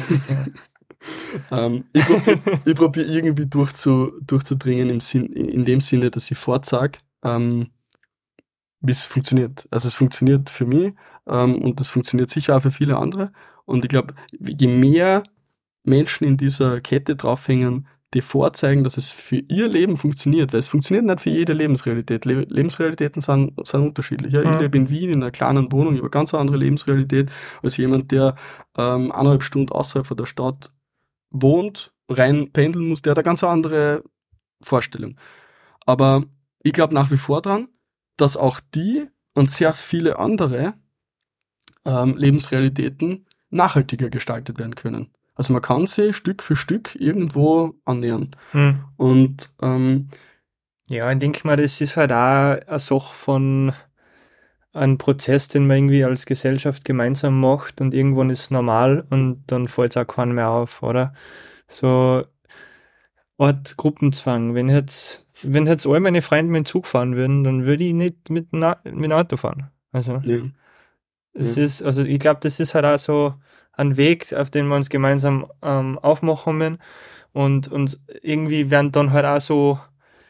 ähm, ich probiere ich probier irgendwie durchzu, durchzudringen im Sinn, in dem Sinne, dass ich vorzage, ähm, wie es funktioniert. Also es funktioniert für mich ähm, und das funktioniert sicher auch für viele andere. Und ich glaube, je mehr Menschen in dieser Kette draufhängen, die vorzeigen, dass es für ihr Leben funktioniert, weil es funktioniert nicht für jede Lebensrealität. Le- Lebensrealitäten sind, sind unterschiedlich. Ja, ich Mhm. lebe in Wien in einer kleinen Wohnung, ich habe eine ganz andere Lebensrealität als jemand, der ähm, eineinhalb Stunden außerhalb von der Stadt wohnt, rein pendeln muss, der hat eine ganz andere Vorstellung. Aber ich glaube nach wie vor dran, dass auch die und sehr viele andere ähm, Lebensrealitäten nachhaltiger gestaltet werden können. Also man kann sie Stück für Stück irgendwo annähern. Hm. Und ähm, ja, ich denke mal, das ist halt auch eine Sache von einem Prozess, den man irgendwie als Gesellschaft gemeinsam macht, und irgendwann ist es normal und dann fällt es auch keinen mehr auf, oder? So Art Gruppenzwang. Wenn jetzt, wenn jetzt all meine Freunde mit dem Zug fahren würden, dann würde ich nicht mit, na, mit dem Auto fahren. Also ja. es Ja. ist, also ich glaube, das ist halt auch so ein Weg, auf den wir uns gemeinsam ähm, aufmachen müssen, und, und irgendwie werden dann halt auch so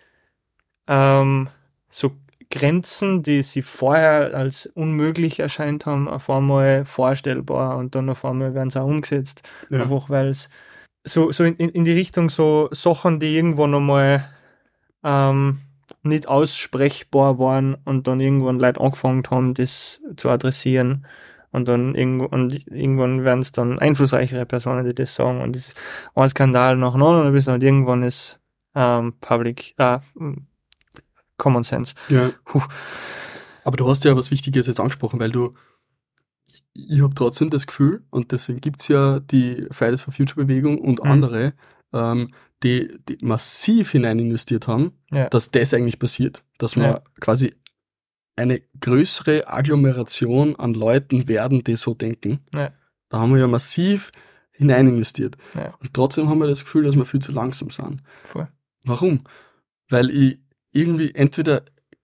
ähm, so Grenzen, die sie vorher als unmöglich erscheint haben, auf einmal vorstellbar, und dann auf einmal werden sie auch umgesetzt. Ja. Einfach weil es so, so in, in die Richtung so Sachen, die irgendwann einmal ähm, nicht aussprechbar waren und dann irgendwann Leute angefangen haben, das zu adressieren. Und dann irgendwo, und irgendwann werden es dann einflussreichere Personen, die das sagen. Und das ist ein Skandal nach dem anderen, bis halt irgendwann ist ähm, Public, äh, Common Sense. Ja. Puh. Aber du hast ja was Wichtiges jetzt angesprochen, weil du, ich habe trotzdem das Gefühl, und deswegen gibt's ja die Fridays for Future Bewegung und Mhm. andere, ähm, die, die massiv hinein investiert haben, Ja. dass das eigentlich passiert, dass man Ja. quasi eine größere Agglomeration an Leuten werden, die so denken. Ja. Da haben wir ja massiv hinein investiert. Ja. Und trotzdem haben wir das Gefühl, dass wir viel zu langsam sind. Voll. Warum? Weil ich irgendwie entweder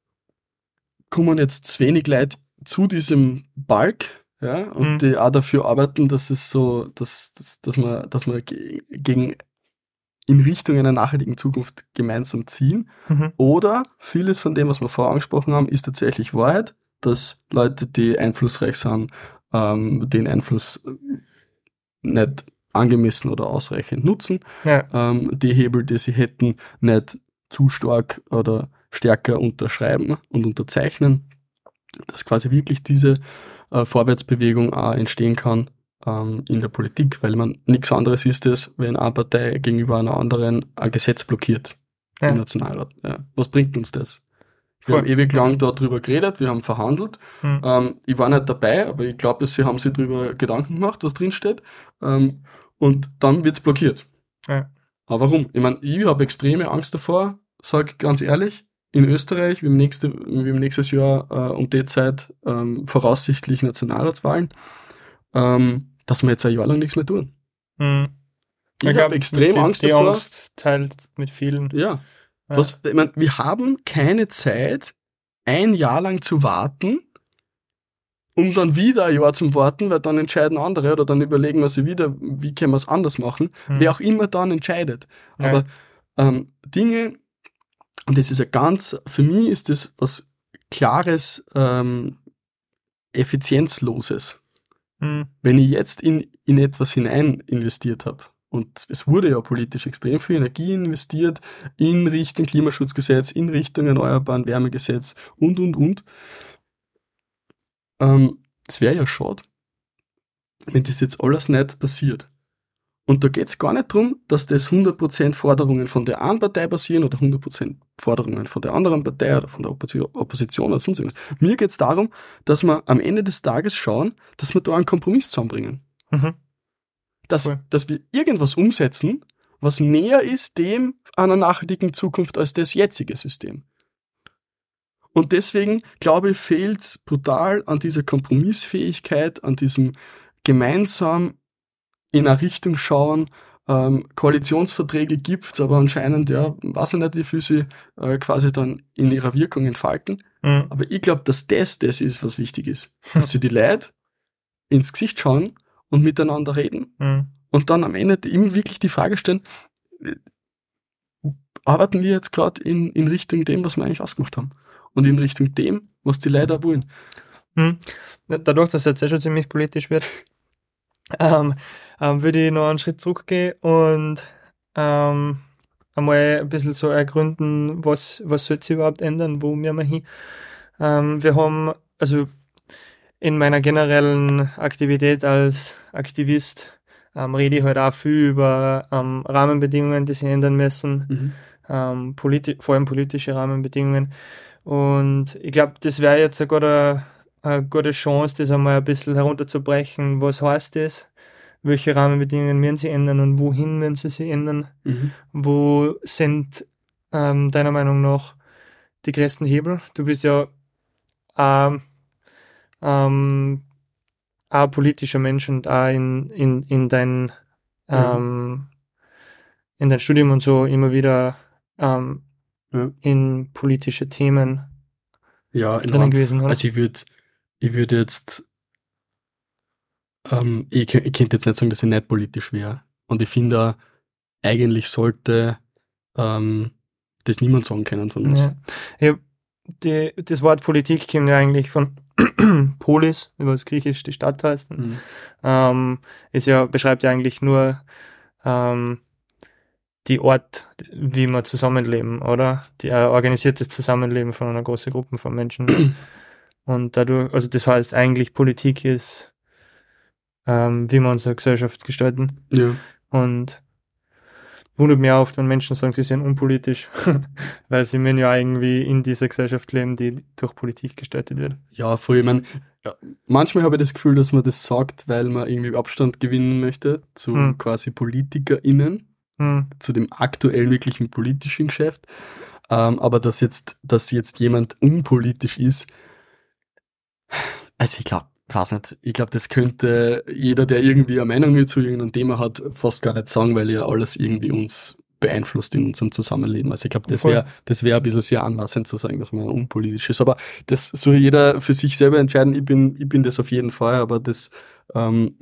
kommen jetzt zu wenig Leute zu diesem Balk, ja, und Mhm. die auch dafür arbeiten, dass es so, dass, dass, dass man, dass man ge- gegen, in Richtung einer nachhaltigen Zukunft gemeinsam ziehen. Mhm. Oder vieles von dem, was wir vorher angesprochen haben, ist tatsächlich Wahrheit, dass Leute, die einflussreich sind, ähm, den Einfluss nicht angemessen oder ausreichend nutzen, Ja. ähm, die Hebel, die sie hätten, nicht zu stark oder stärker unterschreiben und unterzeichnen, dass quasi wirklich diese äh, Vorwärtsbewegung auch entstehen kann ähm, in der Politik, weil man nichts anderes ist es, wenn eine Partei gegenüber einer anderen ein Gesetz blockiert Ja. im Nationalrat. Ja. Was bringt uns das? Wir Voll. haben ewig lang darüber geredet, wir haben verhandelt. Mhm. Ähm, ich war nicht dabei, aber ich glaube, sie haben sich darüber Gedanken gemacht, was drinsteht. Ähm, und dann wird's blockiert. Ja. Aber warum? Ich meine, ich habe extreme Angst davor, sage ich ganz ehrlich. In Österreich, wir haben, nächste, wir haben nächstes Jahr äh, um die Zeit ähm, voraussichtlich Nationalratswahlen, ähm, dass wir jetzt ein Jahr lang nichts mehr tun. Mhm. Ich, glaub, habe extrem die, Angst die davor. Angst teilt mit vielen. Ja. Ja. Was, ich mein, wir haben keine Zeit, ein Jahr lang zu warten, um dann wieder ein Jahr zum Warten, weil dann entscheiden andere oder dann überlegen wir sich wieder, wie können wir es anders machen, mhm. wer auch immer dann entscheidet. Ja. Aber ähm, Dinge, und das ist ja ganz, für mich ist das was Klares, ähm, Effizienzloses. Mhm. Wenn ich jetzt in, in etwas hinein investiert habe, und es wurde ja politisch extrem viel Energie investiert in Richtung Klimaschutzgesetz, in Richtung Erneuerbaren Wärmegesetz und, und, und. Ähm, es wäre ja schade, wenn das jetzt alles nicht passiert. Und da geht es gar nicht darum, dass das hundert Prozent Forderungen von der einen Partei basieren oder hundert Prozent Forderungen von der anderen Partei oder von der Opposition oder sonst irgendwas. Mir geht es darum, dass wir am Ende des Tages schauen, dass wir da einen Kompromiss zusammenbringen. Mhm. Dass, cool. dass wir irgendwas umsetzen, was näher ist dem einer nachhaltigen Zukunft als das jetzige System. Und deswegen, glaube ich, fehlt es brutal an dieser Kompromissfähigkeit, an diesem gemeinsam in eine Richtung schauen. Ähm, Koalitionsverträge gibt's, aber anscheinend, ja, weiß ich nicht, wie viel sie äh, quasi dann in ihrer Wirkung entfalten. Mhm. Aber ich glaube, dass das das ist, was wichtig ist. Dass sie die Leute ins Gesicht schauen und miteinander reden. Mhm. Und dann am Ende eben wirklich die Frage stellen, arbeiten wir jetzt gerade in, in Richtung dem, was wir eigentlich ausgemacht haben? Und in Richtung dem, was die Leute wollen. Mhm. Dadurch, dass es jetzt eh schon ziemlich politisch wird, ähm, ähm, würde ich noch einen Schritt zurückgehen und ähm, einmal ein bisschen so ergründen, was, was soll sich überhaupt ändern, wo wir mal hin. Ähm, wir haben, also in meiner generellen Aktivität als Aktivist ähm, rede ich halt auch viel über ähm, Rahmenbedingungen, die sich ändern müssen, mhm. ähm, politi- vor allem politische Rahmenbedingungen. Und ich glaube, das wäre jetzt eine gute, eine gute Chance, das einmal ein bisschen herunterzubrechen. Was heißt das? Welche Rahmenbedingungen müssen sie ändern und wohin müssen sie sich ändern? Mhm. Wo sind ähm, deiner Meinung nach die größten Hebel? Du bist ja ähm, ähm, auch politischer Mensch und auch in, in, in, dein, ähm, mhm. in dein Studium und so immer wieder ähm, ja. in politische Themen ja, drinnen gewesen, oder? Also ich würde ich würd jetzt ähm, ich, ich könnte jetzt nicht sagen, dass ich nicht politisch wäre. Und ich finde, eigentlich sollte ähm, das niemand sagen können von uns. Ja. Ja, die, das Wort Politik kommt ja eigentlich von Polis, wie das griechisch die Stadt heißt. Mhm. Ähm, ist ja, beschreibt ja eigentlich nur ähm, die Ort, wie wir zusammenleben, oder? Die äh, organisiertes Zusammenleben von einer großen Gruppe von Menschen. Und dadurch, also das heißt eigentlich, Politik ist, ähm, wie wir unsere Gesellschaft gestalten. Ja. Und wundert mich oft, wenn Menschen sagen, sie sind unpolitisch, weil sie müssen ja irgendwie in dieser Gesellschaft leben, die durch Politik gestaltet wird. Ja, voll, ich meine, ja, manchmal habe ich das Gefühl, dass man das sagt, weil man irgendwie Abstand gewinnen möchte zu hm. quasi PolitikerInnen, hm. zu dem aktuellen wirklichen politischen Geschäft. Ähm, aber dass jetzt, dass jetzt jemand unpolitisch ist, also ich glaube, ich weiß nicht, ich glaube, das könnte jeder, der irgendwie eine Meinung zu irgendeinem Thema hat, fast gar nicht sagen, weil ja alles irgendwie uns beeinflusst in unserem Zusammenleben. Also ich glaube, das wäre das wäre ein bisschen sehr anmaßend zu sagen, dass man unpolitisch ist. Aber das soll jeder für sich selber entscheiden. Ich bin, ich bin das auf jeden Fall, aber das, ähm,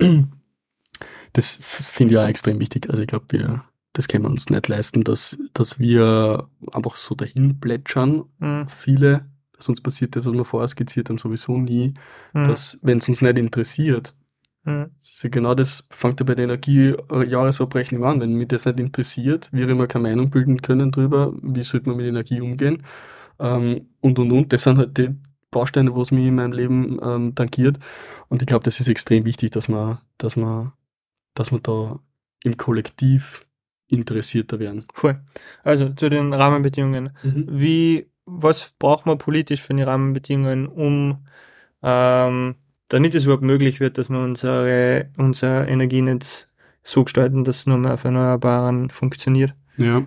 das finde ich auch extrem wichtig. Also ich glaube, wir, das können wir uns nicht leisten, dass, dass wir einfach so dahin plätschern, mhm. viele. Sonst passiert das, was wir vorher skizziert haben, sowieso nie, mhm. dass, wenn es uns nicht interessiert, mhm. das ist ja genau das, fängt ja bei der Energiejahresabrechnung an, wenn mich das nicht interessiert, wir immer keine Meinung bilden können drüber, wie sollte man mit Energie umgehen, ähm, und, und, und, das sind halt die Bausteine, wo es mich in meinem Leben ähm, tangiert, und ich glaube, das ist extrem wichtig, dass man, dass man, dass man da im Kollektiv interessierter werden. Voll. Also, zu den Rahmenbedingungen. Mhm. Wie Was braucht man politisch für die Rahmenbedingungen, um ähm, damit es überhaupt möglich wird, dass wir unsere, unser Energienetz so gestalten, dass es nur mehr auf Erneuerbaren funktioniert? Ja.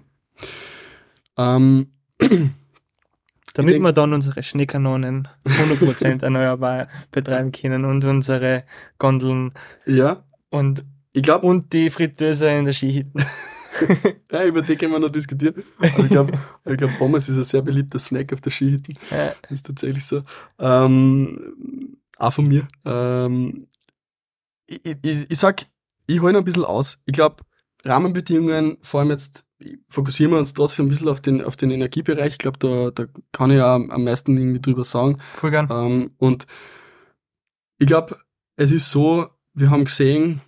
Ähm. Damit denk, wir dann unsere Schneekanonen hundert Prozent erneuerbar betreiben können und unsere Gondeln ja. und, ich glaub, und die Fritteuse in der Skihütte. Ja, über die können wir noch diskutieren. Aber ich glaube, ich glaub, Pommes ist ein sehr beliebter Snack auf der Skihütte. Ja. Das ist tatsächlich so. Ähm, auch von mir. Ähm, ich, ich, ich sag, ich hole noch ein bisschen aus. Ich glaube, Rahmenbedingungen, vor allem jetzt fokussieren wir uns trotzdem ein bisschen auf den, auf den Energiebereich. Ich glaube, da, da kann ich ja am meisten irgendwie drüber sagen. Voll gern. Ähm, und ich glaube, es ist so, wir haben gesehen,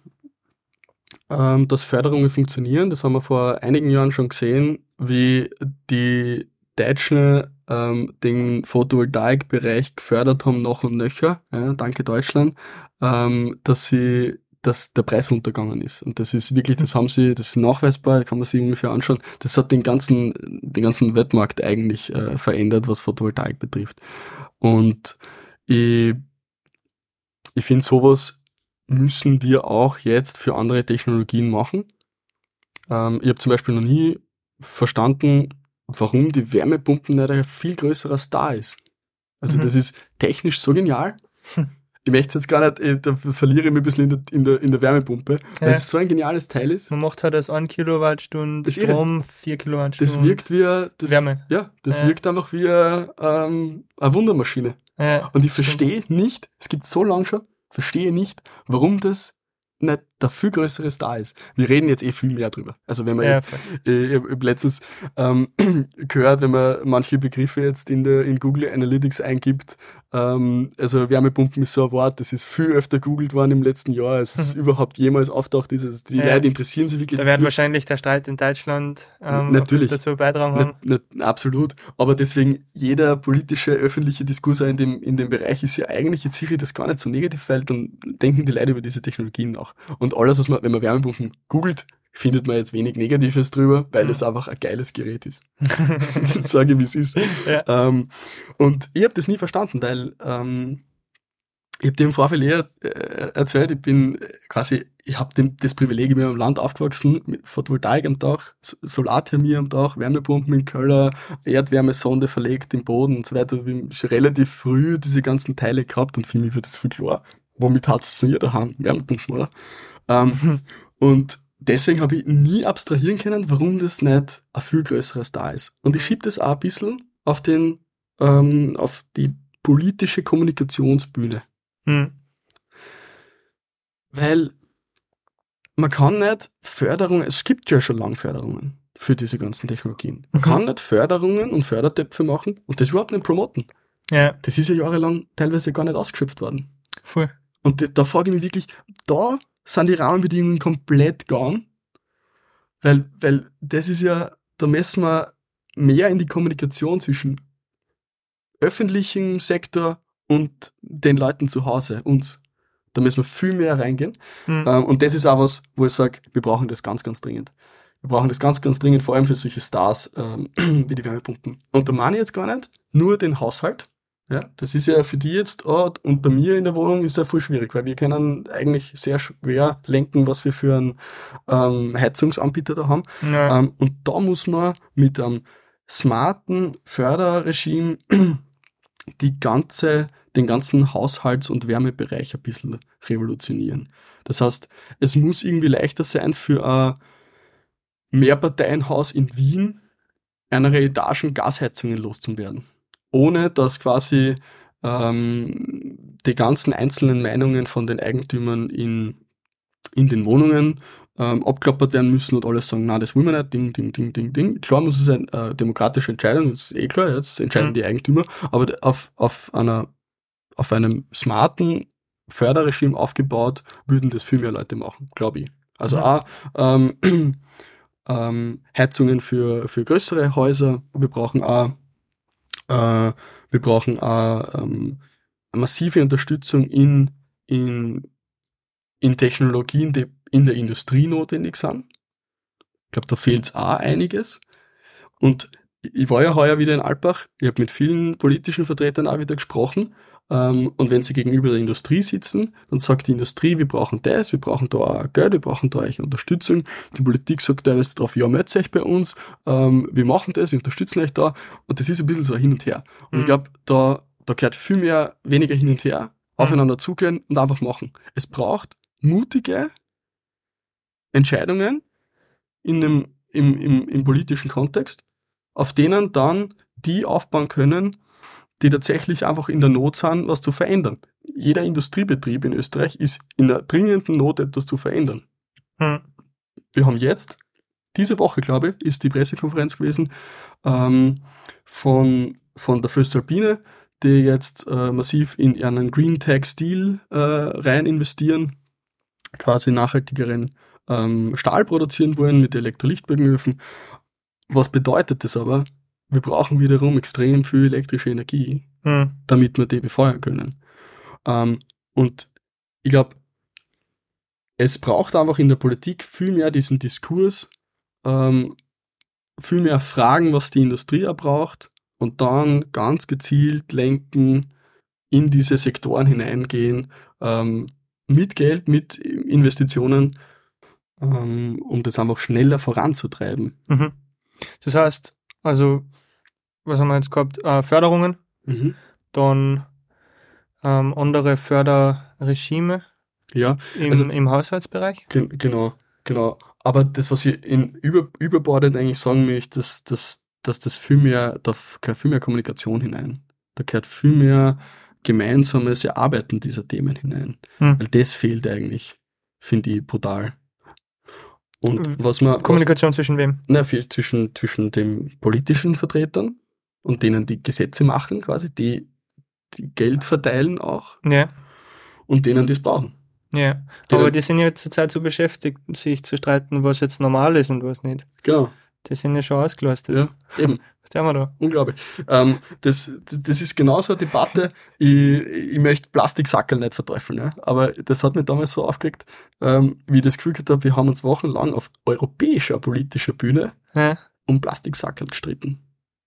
ähm, dass Förderungen funktionieren. Das haben wir vor einigen Jahren schon gesehen, wie die Deutschen ähm, den Photovoltaikbereich gefördert haben, noch und nöcher. Ja, danke Deutschland, ähm, dass sie dass der Preis runtergegangen ist. Und das ist wirklich, das haben sie, das ist nachweisbar, kann man sich ungefähr anschauen. Das hat den ganzen, den ganzen Weltmarkt eigentlich äh, verändert, was Photovoltaik betrifft. Und ich, ich finde, sowas müssen wir auch jetzt für andere Technologien machen. Ähm, ich habe zum Beispiel noch nie verstanden, warum die Wärmepumpen nicht ein viel größerer Star ist. Also mhm. das ist technisch so genial. Ich möchte jetzt gar nicht, da verliere ich mich ein bisschen in der, in der, in der Wärmepumpe, weil ja. es so ein geniales Teil ist. Man macht halt aus ein Kilowattstunde Strom vier Kilowattstunden Das wirkt wie a, das, Wärme. Ja, das ja. wirkt einfach wie a, ähm, eine Wundermaschine. Ja, und ich verstehe nicht, es gibt so lange schon, verstehe nicht, warum das nicht der viel größere Star ist. Wir reden jetzt eh viel mehr drüber. Also wenn man ja, jetzt, äh, ich habe letztens ähm, gehört, wenn man manche Begriffe jetzt in der in Google Analytics eingibt, ähm, also Wärmepumpen ist so ein Wort, das ist viel öfter googelt worden im letzten Jahr, als es mhm. überhaupt jemals auftaucht ist. Also die ja. Leute interessieren sich wirklich. Da wird wahrscheinlich der Streit in Deutschland ähm, natürlich dazu beitragen haben. Na, na, absolut. Aber deswegen, jeder politische, öffentliche Diskurs in dem, in dem Bereich ist ja eigentlich, jetzt sehe ich das gar nicht so negativ, weil dann denken die Leute über diese Technologien nach. Und alles, was man, wenn man Wärmepumpen googelt, findet man jetzt wenig Negatives drüber, weil mhm. das einfach ein geiles Gerät ist. Das sage ich, wie es ist. Ja. Ähm, und ich habe das nie verstanden, weil ähm, ich habe dir im Vorfeld eher äh, erzählt, ich bin quasi, ich habe das Privileg, ich bin am Land aufgewachsen, mit Photovoltaik am Dach, Solarthermie am Dach, Wärmepumpen im Keller, Erdwärmesonde verlegt im Boden und so weiter. Ich habe schon relativ früh diese ganzen Teile gehabt und für mich wird das viel klar. Womit hat es hier daheim? Wärmepumpen, oder? Ähm, und deswegen habe ich nie abstrahieren können, warum das nicht ein viel größerer Star ist. Und ich schiebe das auch ein bisschen auf den, ähm, auf die politische Kommunikationsbühne. Hm. Weil man kann nicht Förderungen, es gibt ja schon lange Förderungen für diese ganzen Technologien. Man mhm. kann nicht Förderungen und Fördertöpfe machen und das überhaupt nicht promoten. Ja. Das ist ja jahrelang teilweise gar nicht ausgeschöpft worden. Voll. Und da, da frage ich mich wirklich, da sind die Rahmenbedingungen komplett gone, weil, weil das ist ja, da messen wir mehr in die Kommunikation zwischen öffentlichem Sektor und den Leuten zu Hause, uns. Da müssen wir viel mehr reingehen. Mhm. Ähm, und das ist auch was, wo ich sage, wir brauchen das ganz, ganz dringend. Wir brauchen das ganz, ganz dringend, vor allem für solche Stars ähm, wie die Wärmepumpen. Und da meine ich jetzt gar nicht nur den Haushalt. Ja, das ist ja für die jetzt, oh, und bei mir in der Wohnung ist ja voll schwierig, weil wir können eigentlich sehr schwer lenken, was wir für einen ähm, Heizungsanbieter da haben. Ja. Ähm, und da muss man mit einem smarten Förderregime die ganze, den ganzen Haushalts- und Wärmebereich ein bisschen revolutionieren. Das heißt, es muss irgendwie leichter sein für ein Mehrparteienhaus in Wien, einer Etagen Gasheizungen loszuwerden. Ohne dass quasi ähm, die ganzen einzelnen Meinungen von den Eigentümern in, in den Wohnungen ähm, abklappert werden müssen und alles sagen, na, das wollen wir nicht, ding, ding, ding, ding, ding. Klar muss es eine äh, demokratische Entscheidung, das ist eh klar, jetzt entscheiden mhm. die Eigentümer, aber auf, auf einer, auf einem smarten Förderregime aufgebaut, würden das viel mehr Leute machen, glaube ich. Also mhm. auch ähm, ähm, Heizungen für, für größere Häuser, wir brauchen auch Uh, wir brauchen auch ähm, eine massive Unterstützung in, in, in Technologien, die in der Industrie notwendig sind. Ich glaube, da fehlt es auch einiges. Und ich war ja heuer wieder in Alpbach, ich habe mit vielen politischen Vertretern auch wieder gesprochen. Ähm, und wenn sie gegenüber der Industrie sitzen, dann sagt die Industrie, wir brauchen das, wir brauchen da auch Geld, wir brauchen da euch Unterstützung. Die Politik sagt teilweise drauf, ja, meldet euch bei uns, ähm, wir machen das, wir unterstützen euch da. Und das ist ein bisschen so ein Hin und Her. Und mhm. ich glaube, da, da gehört viel mehr, weniger hin und her, aufeinander mhm. zugehen und einfach machen. Es braucht mutige Entscheidungen in dem, im, im, im politischen Kontext, auf denen dann die aufbauen können, die tatsächlich einfach in der Not sind, was zu verändern. jeder Industriebetrieb in Österreich ist in einer dringenden Not, etwas zu verändern. Hm. Wir haben jetzt, diese Woche, glaube ich, ist die Pressekonferenz gewesen, ähm, von, von der Voestalpine, die jetzt äh, massiv in einen Green Tech Steel äh, rein investieren, quasi nachhaltigeren ähm, Stahl produzieren wollen mit Elektrolytbögenöfen. Was bedeutet das aber? Wir brauchen wiederum extrem viel elektrische Energie, hm. damit wir die befeuern können. Ähm, und ich glaube, es braucht einfach in der Politik viel mehr diesen Diskurs, ähm, viel mehr fragen, was die Industrie auch braucht und dann ganz gezielt lenken, in diese Sektoren hineingehen, ähm, mit Geld, mit Investitionen, ähm, um das einfach schneller voranzutreiben. Mhm. Das heißt, also, was haben wir jetzt gehabt? Äh, Förderungen, Mhm. dann ähm, andere Förderregime Ja, im, also, im Haushaltsbereich. Gen- genau, genau. Aber das, was ich in über, überbordend eigentlich sagen möchte, dass, dass, dass das viel mehr, da gehört viel mehr Kommunikation hinein. Da gehört viel mehr gemeinsames Erarbeiten dieser Themen hinein. Hm. Weil das fehlt eigentlich, finde ich brutal. Und was man... Kommunikation was, zwischen wem? Na, für, zwischen, zwischen den politischen Vertretern und denen, die Gesetze machen, quasi, die, die Geld verteilen auch. Ja. Und denen, die es brauchen. Ja, Die aber dann- die sind ja zurzeit so beschäftigt, sich zu streiten, was jetzt normal ist und was nicht. Genau. Die sind ja schon ausgelastet. Ja, eben. Was tun wir da? Unglaublich. Ähm, das, das, das ist genauso eine Debatte. Ich, ich möchte Plastiksackerl nicht verteufeln, ja? Aber das hat mich damals so aufgeregt, ähm, wie ich das Gefühl gehabt habe, wir haben uns wochenlang auf europäischer politischer Bühne Ja. um Plastiksackerl gestritten.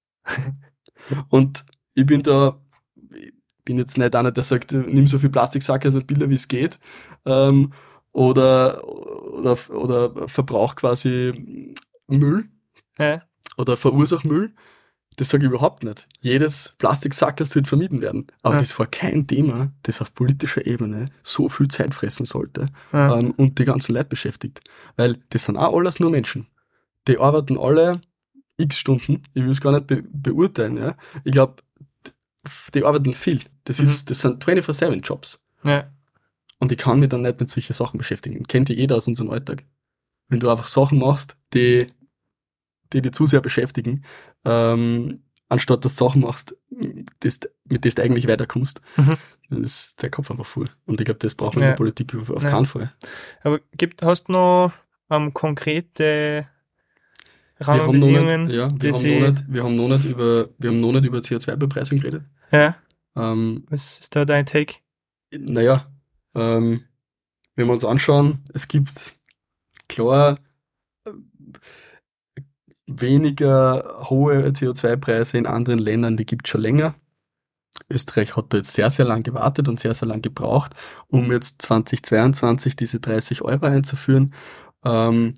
Und ich bin da, ich bin jetzt nicht einer, der sagt, nimm so viel Plastiksackerl mit Bilder, wie es geht, ähm, oder, oder, oder verbrauch quasi Müll. Ja. Oder verursach Müll, das sage ich überhaupt nicht. Jedes Plastiksackerl sollte vermieden werden. Aber Ja. das war kein Thema, das auf politischer Ebene so viel Zeit fressen sollte Ja. ähm, und die ganzen Leute beschäftigt. Weil das sind auch alles nur Menschen. Die arbeiten alle x Stunden. Ich will es gar nicht be beurteilen. Ja. Ich glaube, die arbeiten viel. Das, Mhm. ist, das sind vierundzwanzig sieben Jobs. Ja. Und ich kann mich dann nicht mit solchen Sachen beschäftigen. Kennt ja jeder aus unserem Alltag. Wenn du einfach Sachen machst, die die dich zu sehr beschäftigen, ähm, anstatt dass du Sachen machst, das, mit denen du eigentlich weiterkommst. Mhm. Dann ist der Kopf einfach voll. Und ich glaube, das braucht man Ja. in der Politik auf, auf Ja. keinen Fall. Aber gibt, hast du noch ähm, konkrete Wir haben noch Rahmenbedingungen? nicht, ja, wir die haben sie- noch nicht, wir haben noch nicht über, wir haben noch nicht über C O zwei Bepreisung geredet. Ja. Ähm, Was ist da dein Take? naja, ähm, wenn wir uns anschauen, es gibt klar äh, weniger hohe C O zwei Preise in anderen Ländern, die gibt es schon länger. Österreich hat da jetzt sehr, sehr lang gewartet und sehr, sehr lang gebraucht, um jetzt zweitausendzweiundzwanzig diese dreißig Euro einzuführen. Ähm,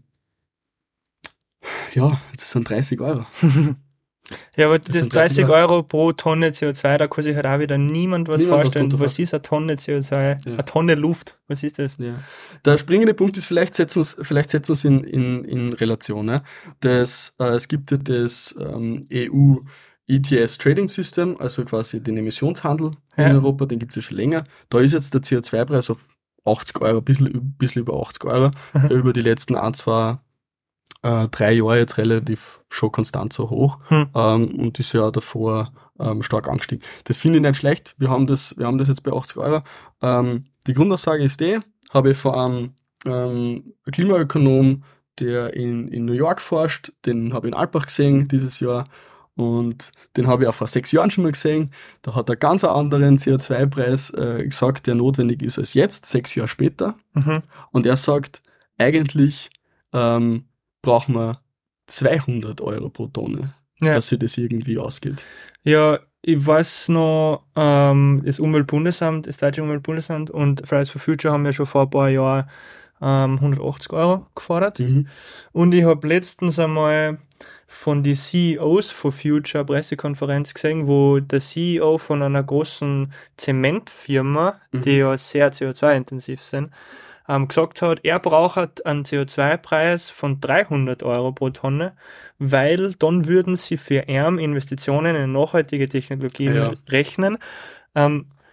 ja, jetzt sind dreißig Euro. Ja, aber Das das sind dreißig dreißig Euro pro Tonne C O zwei, da kann sich halt auch wieder niemand was Niemand was vorstellen. drunter Was ist eine Tonne C O zwei? Ja. Eine Tonne Luft, was ist das? Ja. Der springende Punkt ist, vielleicht setzen wir es vielleicht setzen wir es in, in, in Relation. Ne? Das, äh, es gibt ja das ähm, E U E T S Trading System, also quasi den Emissionshandel Ja. in Europa, den gibt es ja schon länger. Da ist jetzt der C O zwei Preis auf achtzig Euro, ein bisschen, ein bisschen über achtzig Euro, Mhm. über die letzten ein, zwei, äh, drei Jahre jetzt relativ schon konstant so hoch Hm. ähm, und ist ja davor ähm, stark angestiegen. Das finde ich nicht schlecht. Wir haben das, wir haben das jetzt bei achtzig Euro. Ähm, die Grundaussage ist die, habe ich von einem ähm, Klimaökonom, der in, in New York forscht, den habe ich in Alpbach gesehen dieses Jahr und den habe ich auch vor sechs Jahren schon mal gesehen. Da hat er ganz einen anderen C O zwei Preis äh, gesagt, der notwendig ist als jetzt, sechs Jahre später. Mhm. Und er sagt, eigentlich ähm, brauchen wir zweihundert Euro pro Tonne, Ja. dass sich das irgendwie ausgeht. Ja, ich weiß noch, ähm, das Umweltbundesamt, das deutsche Umweltbundesamt und Fridays for Future haben ja schon vor ein paar Jahren ähm, hundertachtzig Euro gefordert. Mhm. Und ich habe letztens einmal von den C E Os von Future eine Pressekonferenz gesehen, wo der C E O von einer großen Zementfirma, Mhm. die ja sehr C O zwei intensiv sind, ähm, gesagt hat, er braucht einen C O zwei Preis von dreihundert Euro pro Tonne, weil dann würden sie für ihn Investitionen in nachhaltige Technologien Ja. rechnen. Ähm,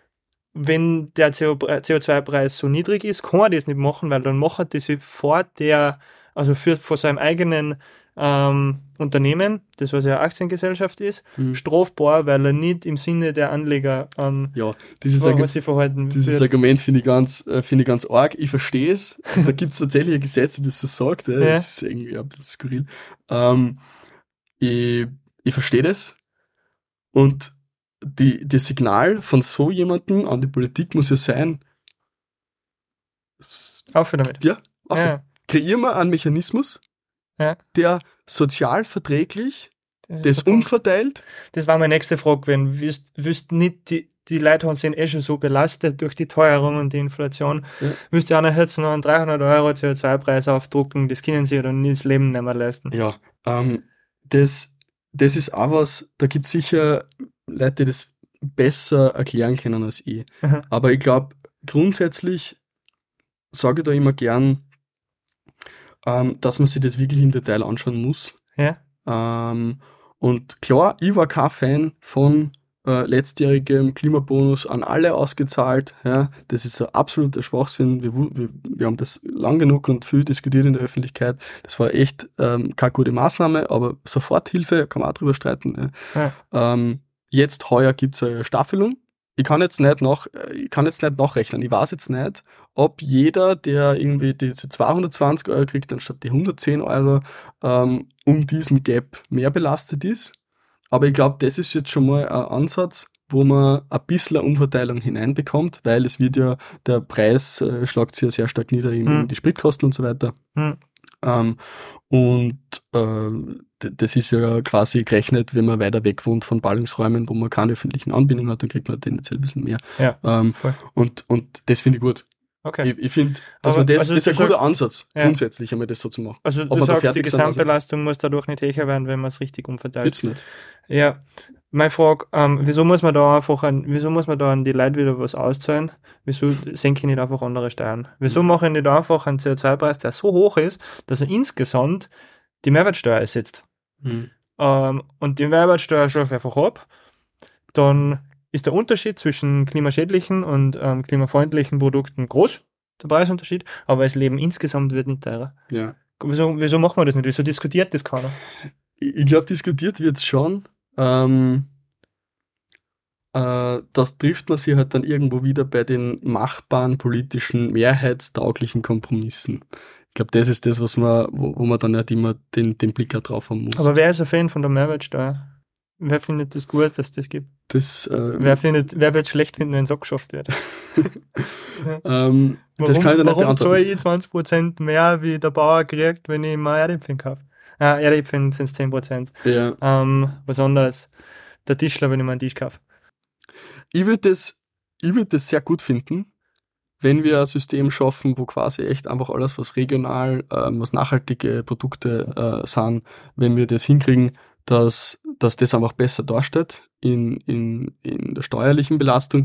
wenn der C O zwei Preis so niedrig ist, kann er das nicht machen, weil dann macht er das vor der, also für, vor seinem eigenen ähm, Unternehmen, das was ja eine Aktiengesellschaft ist, mhm. strafbar, weil er nicht im Sinne der Anleger ähm, ja, dieses, Argu- sich verhalten dieses wird. Argument finde ich ganz, äh, finde ich ganz arg. Ich verstehe es. Da gibt es tatsächlich ein Gesetz, das das sagt. Ja. Ja. Das ist irgendwie ein bisschen skurril. Ähm, ich, ich verstehe das. Und die, das Signal von so jemandem an die Politik muss ja sein, Aufhör damit. Ja, aufhör. Ja. Kreieren wir einen Mechanismus, Ja. der sozial verträglich Das, das ist der Punkt. umverteilt. Das war meine nächste Frage gewesen. Wüsst, wüsst nicht, die, die Leute haben sich eh schon so belastet durch die Teuerung und die Inflation. Ja. Wüsst ihr einer jetzt noch einen dreihundert Euro C O zwei Preis aufdrucken, das können sie oder nicht das Leben nicht mehr leisten. Ja, ähm, das, das ist auch was, da gibt es sicher Leute, die das besser erklären können als ich. Mhm. Aber ich glaube, grundsätzlich sage ich da immer gern, ähm, dass man sich das wirklich im Detail anschauen muss. Ja. Ähm, und klar, ich war kein Fan von äh, letztjährigem Klimabonus an alle ausgezahlt. Ja, das ist ein absoluter Schwachsinn. Wir, wir, wir haben das lang genug und viel diskutiert in der Öffentlichkeit. Das war echt ähm, keine gute Maßnahme, aber Soforthilfe kann man auch drüber streiten. Ja. Ja. Ähm, jetzt heuer gibt es eine Staffelung. Ich kann jetzt nicht nach, ich kann jetzt nicht nachrechnen. Ich weiß jetzt nicht, ob jeder, der irgendwie diese zweihundertzwanzig Euro kriegt, anstatt die hundertzehn Euro, ähm, um diesen Gap mehr belastet ist. Aber ich glaube, das ist jetzt schon mal ein Ansatz, wo man ein bisschen eine Umverteilung hineinbekommt, weil es wird ja, der Preis äh, schlagt sich ja sehr stark nieder in, Mhm. in die Spritkosten und so weiter. Mhm. Ähm, und äh, d- das ist ja quasi gerechnet, wenn man weiter weg wohnt von Ballungsräumen, wo man keine öffentlichen Anbindungen hat, dann kriegt man tendenziell ein bisschen mehr. Ja, Ähm, voll. und, und das finde ich gut. Okay. Ich, ich finde, dass Aber- man das, also das ist ein du guter sagst- Ansatz, Ja. grundsätzlich einmal das so zu machen. Also Ob du wir da sagst, die fertig sind, also- Gesamtbelastung muss dadurch nicht höher werden, wenn man es richtig umverteilt. Jetzt nicht. Ja, meine Frage, ähm, wieso muss man da einfach an, wieso muss man da an die Leute wieder was auszahlen? Wieso senke ich nicht einfach andere Steuern? Wieso mache ich nicht einfach einen C O zwei Preis, der so hoch ist, dass er insgesamt die Mehrwertsteuer ersetzt? Mhm. Ähm, und die Mehrwertsteuer schaffe ich einfach ab. Dann ist der Unterschied zwischen klimaschädlichen und ähm, klimafreundlichen Produkten groß, der Preisunterschied, aber das Leben insgesamt wird nicht teurer. Ja. Wieso, wieso machen wir das nicht? Wieso diskutiert das keiner? Ich, ich glaube, diskutiert wird es schon. Ähm, äh, das trifft man sich halt dann irgendwo wieder bei den machbaren politischen, mehrheitstauglichen Kompromissen. Ich glaube, das ist das, was man, wo, wo man dann nicht immer den, den Blick auch drauf haben muss. Aber wer ist ein Fan von der Mehrwertsteuer? Wer findet das gut, dass das gibt? das, äh, Wer findet, wer wird schlecht finden, wenn es abgeschafft wird? ähm, Warum, das kann ich dir nicht warum zahle beantworten. ich zwanzig Prozent mehr, wie der Bauer kriegt, wenn ich mal Erdäpfel kaufe? Ah, Erdäpfel sind es zehn Prozent. Ja. Ähm, was anderes. Der Tischler, wenn ich mal einen Tisch kaufe. Ich würde das, ich würd das sehr gut finden, wenn wir ein System schaffen, wo quasi echt einfach alles, was regional, ähm, was nachhaltige Produkte äh, sind, wenn wir das hinkriegen, dass, dass das einfach besser darstellt in, in, in der steuerlichen Belastung.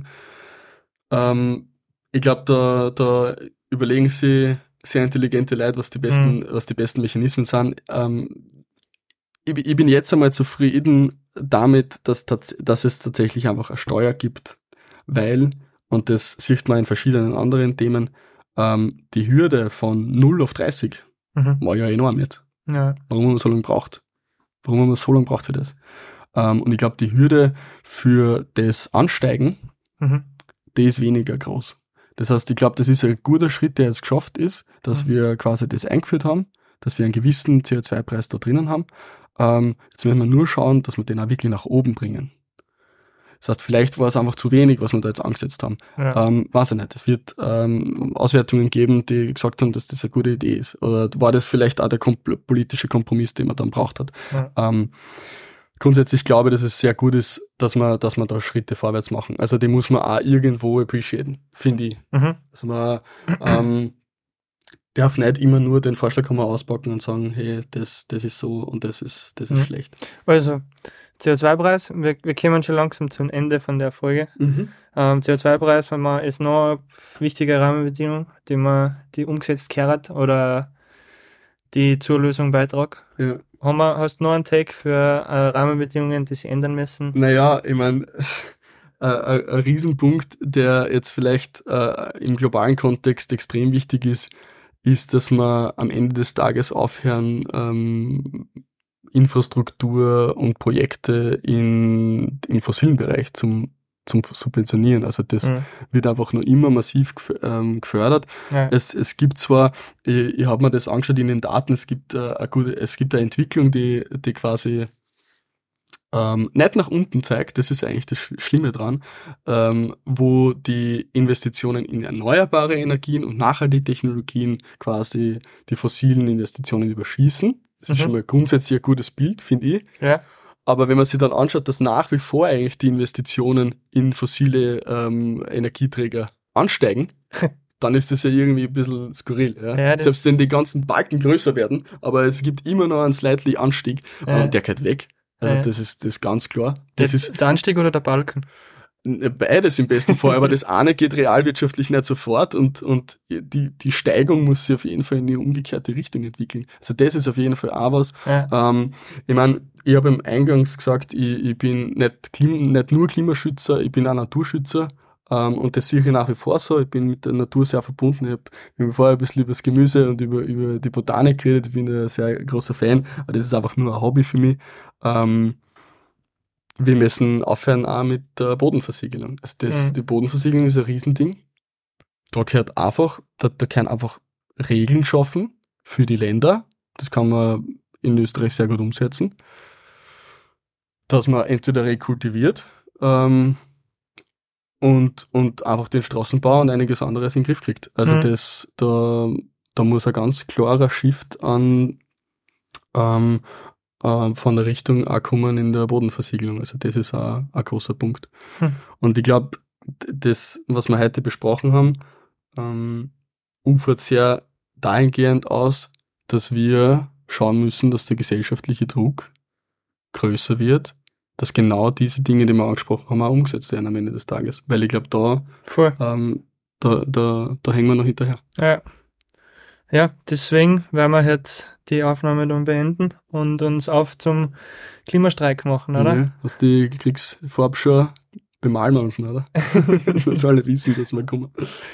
Ähm, ich glaube, da, da überlegen sie sehr intelligente Leute, was die besten, Mhm. was die besten Mechanismen sind. Ähm, ich, ich bin jetzt einmal zufrieden damit, dass, tats- dass es tatsächlich einfach eine Steuer gibt, weil, und das sieht man in verschiedenen anderen Themen, ähm, die Hürde von null auf dreißig Mhm. war ja enorm jetzt. Ja. Warum man so lange braucht. Warum man so lange braucht für das. Ähm, und ich glaube, die Hürde für das Ansteigen, Mhm. die ist weniger groß. Das heißt, ich glaube, das ist ein guter Schritt, der jetzt geschafft ist, dass Mhm. wir quasi das eingeführt haben, dass wir einen gewissen C O zwei Preis da drinnen haben. Ähm, jetzt müssen wir nur schauen, dass wir den auch wirklich nach oben bringen. Das heißt, vielleicht war es einfach zu wenig, was wir da jetzt angesetzt haben. Ja. Ähm, weiß ich nicht. Es wird ähm, Auswertungen geben, die gesagt haben, dass das eine gute Idee ist. Oder war das vielleicht auch der kom- politische Kompromiss, den man dann braucht hat. Ja. Ähm, grundsätzlich glaube ich, dass es sehr gut ist, dass man, dass man da Schritte vorwärts machen. Also die muss man auch irgendwo appreciaten, finde ich. Mhm. Also man ähm, darf nicht immer nur den Vorschlaghammer auspacken und sagen, hey, das, das ist so und das ist, das ist Mhm. schlecht. Also, C O zwei Preis, wir, wir kommen schon langsam zum Ende von der Folge. Mhm. Ähm, C O zwei Preis wenn man, ist noch eine wichtige Rahmenbedingung, die man, die umgesetzt gehört oder die zur Lösung beitragt. Ja. Haben wir, hast du noch einen Take für äh, Rahmenbedingungen, die sich ändern müssen? Naja, ich meine, äh, ein, ein Riesenpunkt, der jetzt vielleicht äh, im globalen Kontext extrem wichtig ist, ist, dass wir am Ende des Tages aufhören, ähm, Infrastruktur und Projekte in, im fossilen Bereich zum, zum Subventionieren. Also das mhm. wird einfach nur immer massiv gef- ähm, gefördert. Ja. Es, es gibt zwar, ich, ich habe mir das angeschaut in den Daten, es gibt äh, eine gute, es gibt eine Entwicklung, die, die quasi ähm, nicht nach unten zeigt, das ist eigentlich das Schlimme dran, ähm, wo die Investitionen in erneuerbare Energien und nachhaltige Technologien quasi die fossilen Investitionen überschießen. Das mhm. ist schon mal grundsätzlich ein gutes Bild, finde ich. Ja. Aber wenn man sich dann anschaut, dass nach wie vor eigentlich die Investitionen in fossile ähm, Energieträger ansteigen, dann ist das ja irgendwie ein bisschen skurril. Ja? Ja, selbst wenn die ganzen Balken größer werden, aber es gibt immer noch einen slightly Anstieg ja. und der geht weg. Also ja. das ist das ist ganz klar. Das der, ist der Anstieg oder der Balken? Beides im besten Fall, aber das eine geht realwirtschaftlich nicht sofort und, und die, die Steigung muss sich auf jeden Fall in die umgekehrte Richtung entwickeln. Also das ist auf jeden Fall auch was. Ja. Ähm, ich meine, ich habe im Eingangs gesagt, ich, ich bin nicht, Klim, nicht nur Klimaschützer, ich bin auch Naturschützer. Ähm, und das sehe ich nach wie vor so. Ich bin mit der Natur sehr verbunden. Ich habe vorher ein bisschen über das Gemüse und über, über die Botanik geredet. Ich bin ein sehr großer Fan, aber das ist einfach nur ein Hobby für mich. Ähm, Wir müssen aufhören auch mit der Bodenversiegelung. Also das, mhm. die Bodenversiegelung ist ein Riesending. Da gehört einfach, da, da können einfach Regeln schaffen für die Länder. Das kann man in Österreich sehr gut umsetzen. Dass man entweder rekultiviert ähm, und, und einfach den Straßenbau und einiges anderes in den Griff kriegt. Also mhm. das, da, da muss ein ganz klarer Shift an ähm, von der Richtung auch kommen in der Bodenversiegelung. Also das ist auch ein großer Punkt. Hm. Und ich glaube, das, was wir heute besprochen haben, ähm, ufert sehr dahingehend aus, dass wir schauen müssen, dass der gesellschaftliche Druck größer wird, dass genau diese Dinge, die wir angesprochen haben, auch umgesetzt werden am Ende des Tages. Weil ich glaube, da, ähm, da, da, da hängen wir noch hinterher. Ja. Ja, deswegen werden wir jetzt die Aufnahme dann beenden und uns auf zum Klimastreik machen, oder? Ja, hast du kriegst vorab schon, bemalen wir uns, oder? Dass alle wissen, dass wir kommen.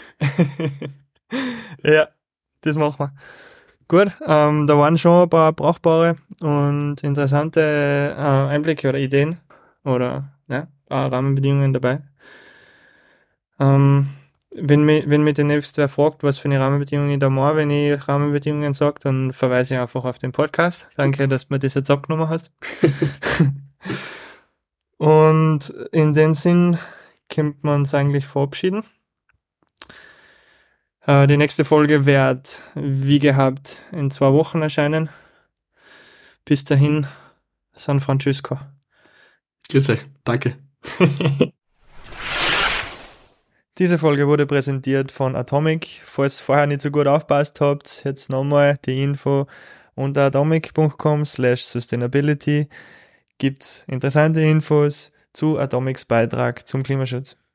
Ja, das machen wir. Gut, ähm, da waren schon ein paar brauchbare und interessante äh, Einblicke oder Ideen oder ja, Rahmenbedingungen dabei. Ähm, Wenn mich, wenn mich demnächst wer fragt, was für eine Rahmenbedingungen ich da mache, wenn ich Rahmenbedingungen sage, dann verweise ich einfach auf den Podcast. Danke, dass du mir das jetzt abgenommen hast. Und in dem Sinn könnte man uns eigentlich verabschieden. Äh, die nächste Folge wird, wie gehabt, in zwei Wochen erscheinen. Bis dahin, San Francisco. Grüß euch, danke. Diese Folge wurde präsentiert von Atomic. Falls ihr vorher nicht so gut aufpasst habt, jetzt nochmal die Info unter atomic punkt com slash sustainability gibt's interessante Infos zu Atomics Beitrag zum Klimaschutz.